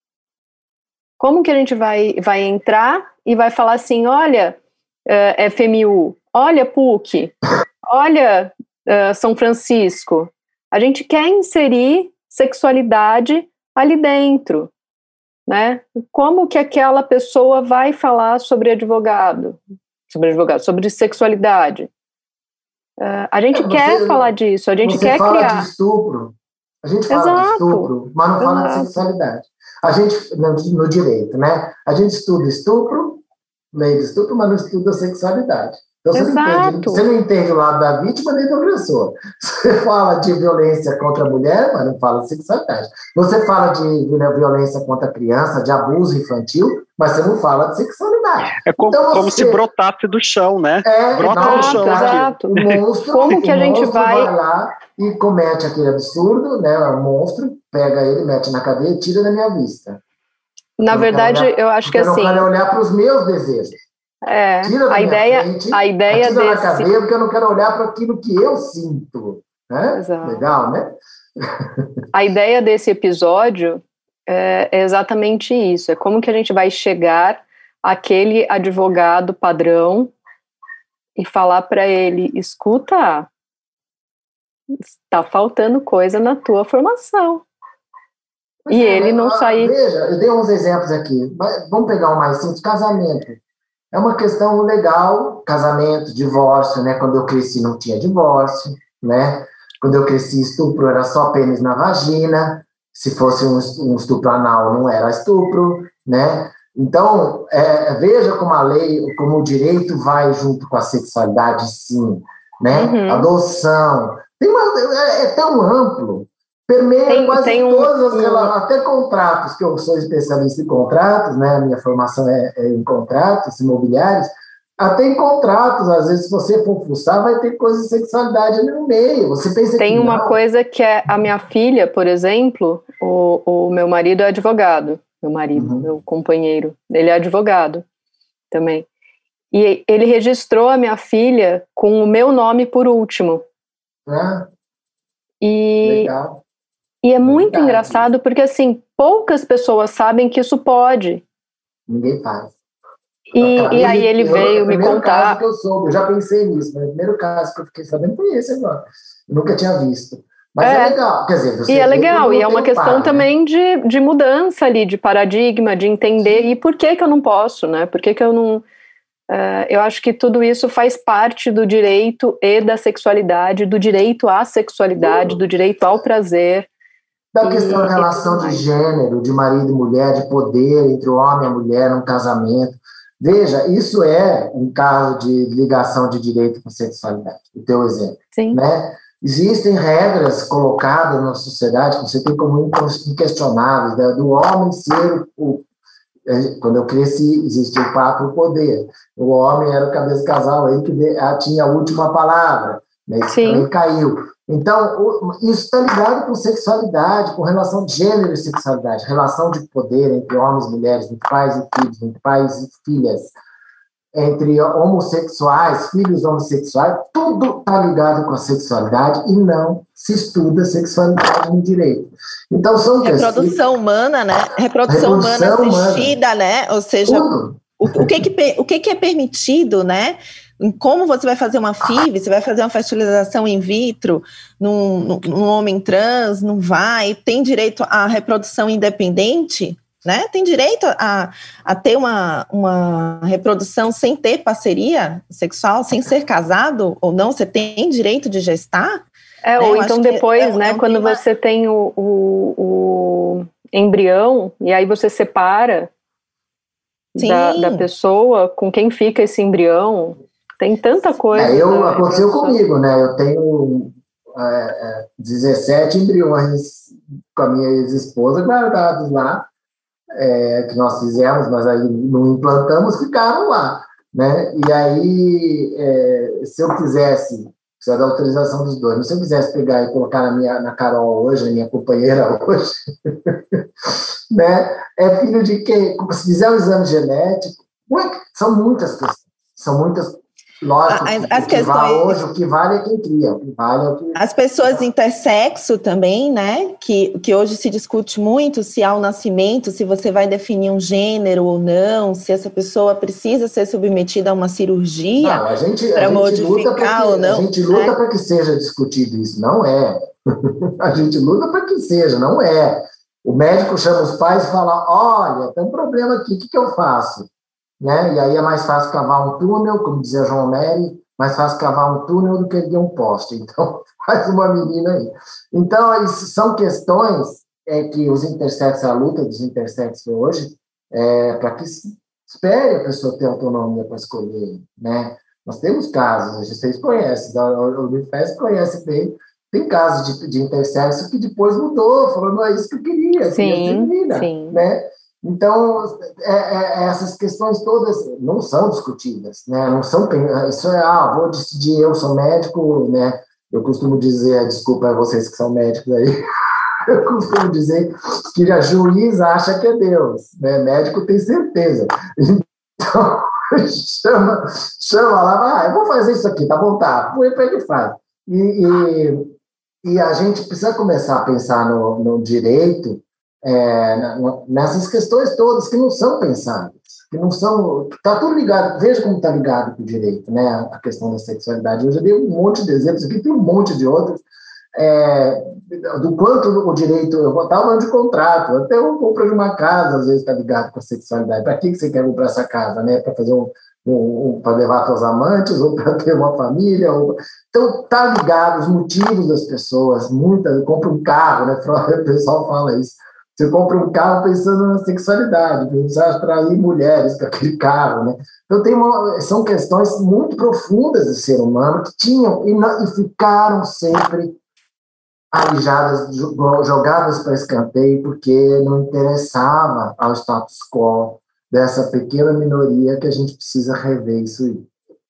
Como que a gente vai, vai entrar e vai falar assim, olha, uh, F M U, olha P U C, olha uh, São Francisco, a gente quer inserir sexualidade ali dentro, né? Como que aquela pessoa vai falar sobre advogado, sobre advogado, sobre sexualidade? Uh, a gente é, você, quer falar disso, a gente quer fala criar. De estupro, a gente fala Exato. de estupro, mas não fala Exato. de sexualidade. A gente, no, no direito, né? A gente estuda estupro, lei de estupro, mas não estuda sexualidade. Então, você não, entende, você não entende o lado da vítima nem do agressor. Você fala de violência contra a mulher, mas não fala de sexualidade. Você fala de violência contra a criança, de abuso infantil, mas você não fala de sexualidade. É como, então, você, como se brotasse do chão, né? É, Brota não, do chão. Exato. O monstro, como que a gente vai... vai lá e comete aquele absurdo, né? O monstro pega ele, mete na cadeia e tira da minha vista. Na eu verdade, olhar, eu acho que assim... Eu não quero olhar para os meus desejos. É, tira da a minha ideia, frente, a ideia tira desse... na cadeia, porque eu não quero olhar para aquilo que eu sinto. Né? Exato. Legal, né? A ideia desse episódio é exatamente isso. É como que a gente vai chegar àquele advogado padrão e falar para ele, escuta, está faltando coisa na tua formação. Pois e é, ele não ah, sair... Veja, eu dei uns exemplos aqui. Vamos pegar um mais simples, casamento. É uma questão legal, casamento, divórcio, né? Quando eu cresci não tinha divórcio, né? Quando eu cresci, estupro era só pênis na vagina. Se fosse um, um estupro anal, não era estupro, né? Então, é, veja como a lei, como o direito vai junto com a sexualidade, sim, né? Uhum. Adoção. Tem uma, é, é tão amplo. Permeia tem, quase tem um, todas as relações, até contratos, que eu sou especialista em contratos, né? A minha formação é, é em contratos imobiliários, até em contratos, às vezes, se você for fuçar, vai ter coisa de sexualidade ali no meio. Você pensa tem que uma não. coisa que é a minha filha, por exemplo, o, o meu marido é advogado, meu marido, uhum. meu companheiro, ele é advogado também. E ele registrou a minha filha com o meu nome por último. Ah, e legal. E é muito Verdade. engraçado porque, assim, poucas pessoas sabem que isso pode. Ninguém faz. E, e aí ele eu, veio me contar... O primeiro caso que eu soube, eu já pensei nisso, mas o primeiro caso que eu fiquei sabendo foi esse agora. Eu nunca tinha visto. Mas é, é legal, quer dizer... Você e é legal, e é uma questão pai, também né? de, de mudança ali, de paradigma, de entender, e por que que eu não posso, né? Por que que eu não... Uh, eu acho que tudo isso faz parte do direito e da sexualidade, do direito à sexualidade, do direito ao prazer... Da questão da relação de gênero, de marido e mulher, de poder entre o homem e a mulher num casamento. Veja, isso é um caso de ligação de direito com sexualidade, o teu exemplo. Sim. Né? Existem regras colocadas na sociedade que você tem como inquestionáveis, né? Do homem ser o... Quando eu cresci, existia o papo do poder. O homem era o cabeça de casal aí que tinha a última palavra. Né? Isso Sim. também caiu. Então, isso está ligado com sexualidade, com relação de gênero e sexualidade, relação de poder entre homens e mulheres, entre pais e filhos, entre pais e filhas, entre homossexuais, filhos homossexuais, tudo está ligado com a sexualidade e não se estuda sexualidade no direito. Então, são Reprodução questões... humana, né? Reprodução, Reprodução humana assistida, humana. Né? Ou seja, o, o, que que, o que que é permitido, né? Como você vai fazer uma F I V, você vai fazer uma fertilização in vitro num, num, num homem trans, não vai, tem direito à reprodução independente, né? Tem direito a, a ter uma, uma reprodução sem ter parceria sexual, sem ser casado ou não, você tem direito de gestar? É, né? Ou então depois, é, né, é um quando tema... você tem o, o, o embrião, e aí você separa da, da pessoa, com quem fica esse embrião... Tem tanta coisa. É, eu, aconteceu comigo, né? Eu tenho é, dezessete embriões com a minha ex-esposa guardados lá, é, que nós fizemos, mas aí não implantamos, ficaram lá, né? E aí, é, se eu quisesse precisa da autorização dos dois. Se eu quisesse pegar e colocar na, minha, na Carol hoje, na minha companheira hoje, né, é filho de quem? Se fizer um exame genético, são muitas questões, são muitas. Lógico, as, que, as o que questões... vale hoje, o que vale é quem cria, o que vale é o que... As pessoas intersexo também, né, que, que hoje se discute muito se ao nascimento, se você vai definir um gênero ou não, se essa pessoa precisa ser submetida a uma cirurgia para modificar ou não. A gente luta né? para que seja discutido isso, não é. A gente luta para que seja, não é. O médico chama os pais e fala, olha, tem um problema aqui, o que, que eu faço? Né? E aí é mais fácil cavar um túnel, como dizia João Nery, mais fácil cavar um túnel do que erguer um poste. Então, faz uma menina aí. Então, isso são questões é, que os intersexos, a luta dos intersexos hoje, é, para que se espere a pessoa ter autonomia para escolher. Né? Nós temos casos, vocês conhecem, o Unifesp conhece bem, tem casos de, de intersexo que depois mudou, falou, não é isso que eu queria, sim, queria ser menina. Sim. Né? Então, é, é, essas questões todas não são discutidas, né? Não são, isso é, ah, vou decidir, eu sou médico, né? Eu costumo dizer, desculpa a vocês que são médicos aí, eu costumo dizer que a juiz acha que é Deus, né? Médico tem certeza. Então, chama, chama lá, ah, eu vou fazer isso aqui, tá bom, tá, ele faz. E, e, e a gente precisa começar a pensar no, no direito, É, nessas questões todas que não são pensadas, que não são, está tudo ligado, veja como está ligado com o direito, né, a questão da sexualidade. Eu já dei um monte de exemplos aqui, tem um monte de outros, é, do quanto o direito, eu estava falando de contrato, até o compra de uma casa às vezes está ligado com a sexualidade. Para que, que você quer comprar essa casa, né, para fazer um, um, um para levar seus amantes, ou para ter uma família, ou... Então está ligado os motivos das pessoas, muitas, compra um carro, né, o pessoal fala isso. Você compra um carro pensando na sexualidade, precisa atrair mulheres com aquele carro, né? Então, tem uma, são questões muito profundas do ser humano que tinham e, não, e ficaram sempre alijadas, jogadas para escanteio, porque não interessava ao status quo dessa pequena minoria que a gente precisa rever isso aí.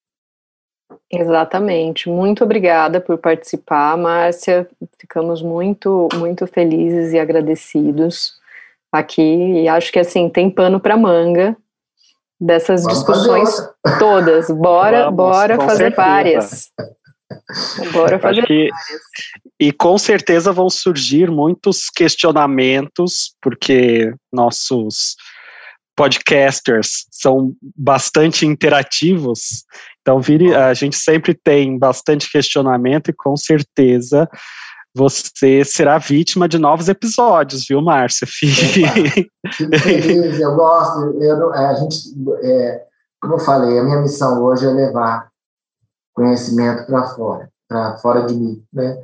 Exatamente. Muito obrigada por participar, Márcia. Ficamos muito, muito felizes e agradecidos aqui. E acho que, assim, tem pano para manga dessas Vamos discussões todas. Bora, Vamos, bora fazer certeza. várias. Bora fazer acho que, várias. E com certeza vão surgir muitos questionamentos, porque nossos podcasters são bastante interativos. Então, vire, a gente sempre tem bastante questionamento e, com certeza, você será vítima de novos episódios, viu, Márcia? Fico feliz, eu gosto. Eu, a gente, é, como eu falei, a minha missão hoje é levar conhecimento para fora, para fora de mim, né?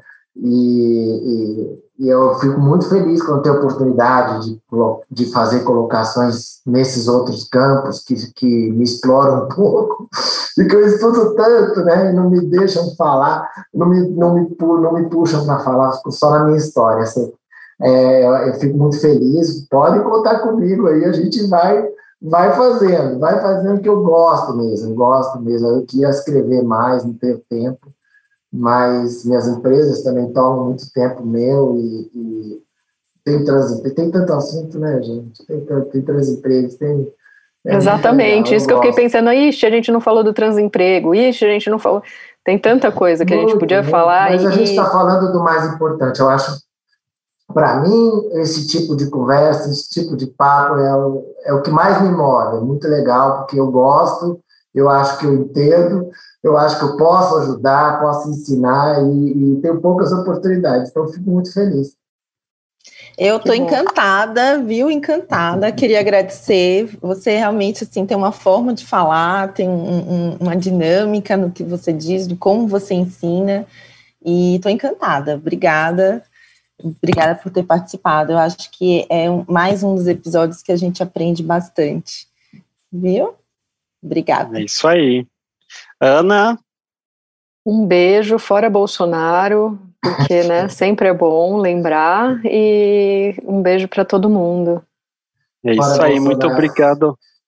E, e, e eu fico muito feliz quando tenho a oportunidade de, de fazer colocações nesses outros campos que, que me exploram um pouco e que eu estudo tanto, né? E não me deixam falar, não me, não me, não me puxam para falar, fico só na minha história. Assim. É, eu fico muito feliz, podem contar comigo aí, a gente vai, vai fazendo, vai fazendo que eu gosto mesmo, gosto mesmo. Eu queria escrever mais, não tenho tempo. Mas minhas empresas também tomam muito tempo meu e, e tem, trans, tem tanto assunto, né, gente? Tem, tem transemprego, tem... É Exatamente, isso que eu fiquei pensando, ixi, a gente não falou do transemprego, ixi, a gente não falou... Tem tanta coisa que muito, a gente podia muito, falar. Mas e... a gente está falando do mais importante, eu acho. Para mim, esse tipo de conversa, esse tipo de papo é o, é o que mais me move, é muito legal, porque eu gosto, eu acho que eu entendo, eu acho que eu posso ajudar, posso ensinar e, e tenho poucas oportunidades, então eu fico muito feliz. Eu estou encantada, viu? Encantada. Queria agradecer. Você realmente assim, tem uma forma de falar, tem um, um, uma dinâmica no que você diz, de como você ensina. E estou encantada. Obrigada. Obrigada por ter participado. Eu acho que é um, mais um dos episódios que a gente aprende bastante. Viu? Obrigada. É isso aí. Ana? Um beijo, fora Bolsonaro, porque né, sempre é bom lembrar, e um beijo para todo mundo. É isso fora aí, Bolsonaro. Muito obrigado.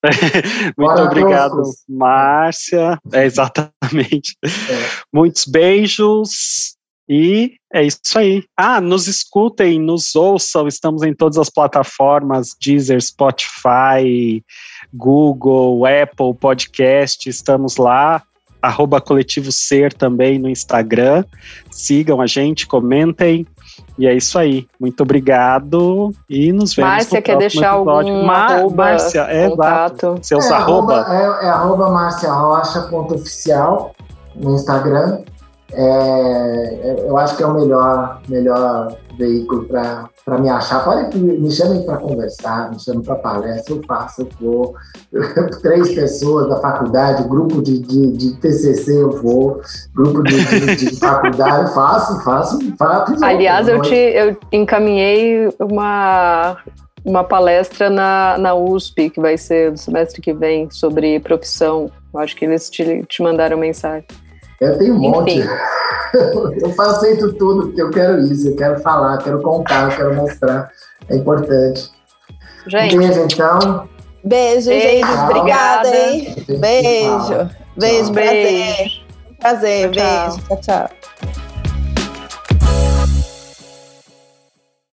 Muito Bora obrigado, toscos. Márcia. É, exatamente. É. Muitos beijos. E é isso aí. Ah, nos escutem, nos ouçam. Estamos em todas as plataformas: Deezer, Spotify, Google, Apple Podcast. Estamos lá. Arroba Coletivo Ser também no Instagram. Sigam a gente, comentem. E é isso aí. Muito obrigado e nos vemos Márcia, no quer deixar episódio. algum Ma- arroba, Márcia, é, contato? exato. Seus É arroba. arroba, é, é arroba Márcia Rocha ponto oficial no Instagram. É, eu acho que é o melhor, melhor veículo para me achar. Pode me chamem para conversar, me chamem para palestra, eu faço, eu vou. Três pessoas da faculdade, grupo de, de, de T C C eu vou, grupo de, de, de faculdade, faço, faço, faço. Aliás, eu te eu encaminhei uma, uma palestra na, na U S P, que vai ser do semestre que vem, sobre profissão. Eu acho que eles te, te mandaram mensagem. Eu tenho um monte. Enfim. Eu aceito tudo, porque eu quero isso, eu quero falar, eu quero contar, eu quero mostrar. É importante. Gente, Um beijo, então. Beijo, Beijo, gente. tchau. Obrigada, hein? Gente, Beijo. tchau. Beijo, Beijo. prazer. Prazer, Tchau. beijo. Tchau, tchau.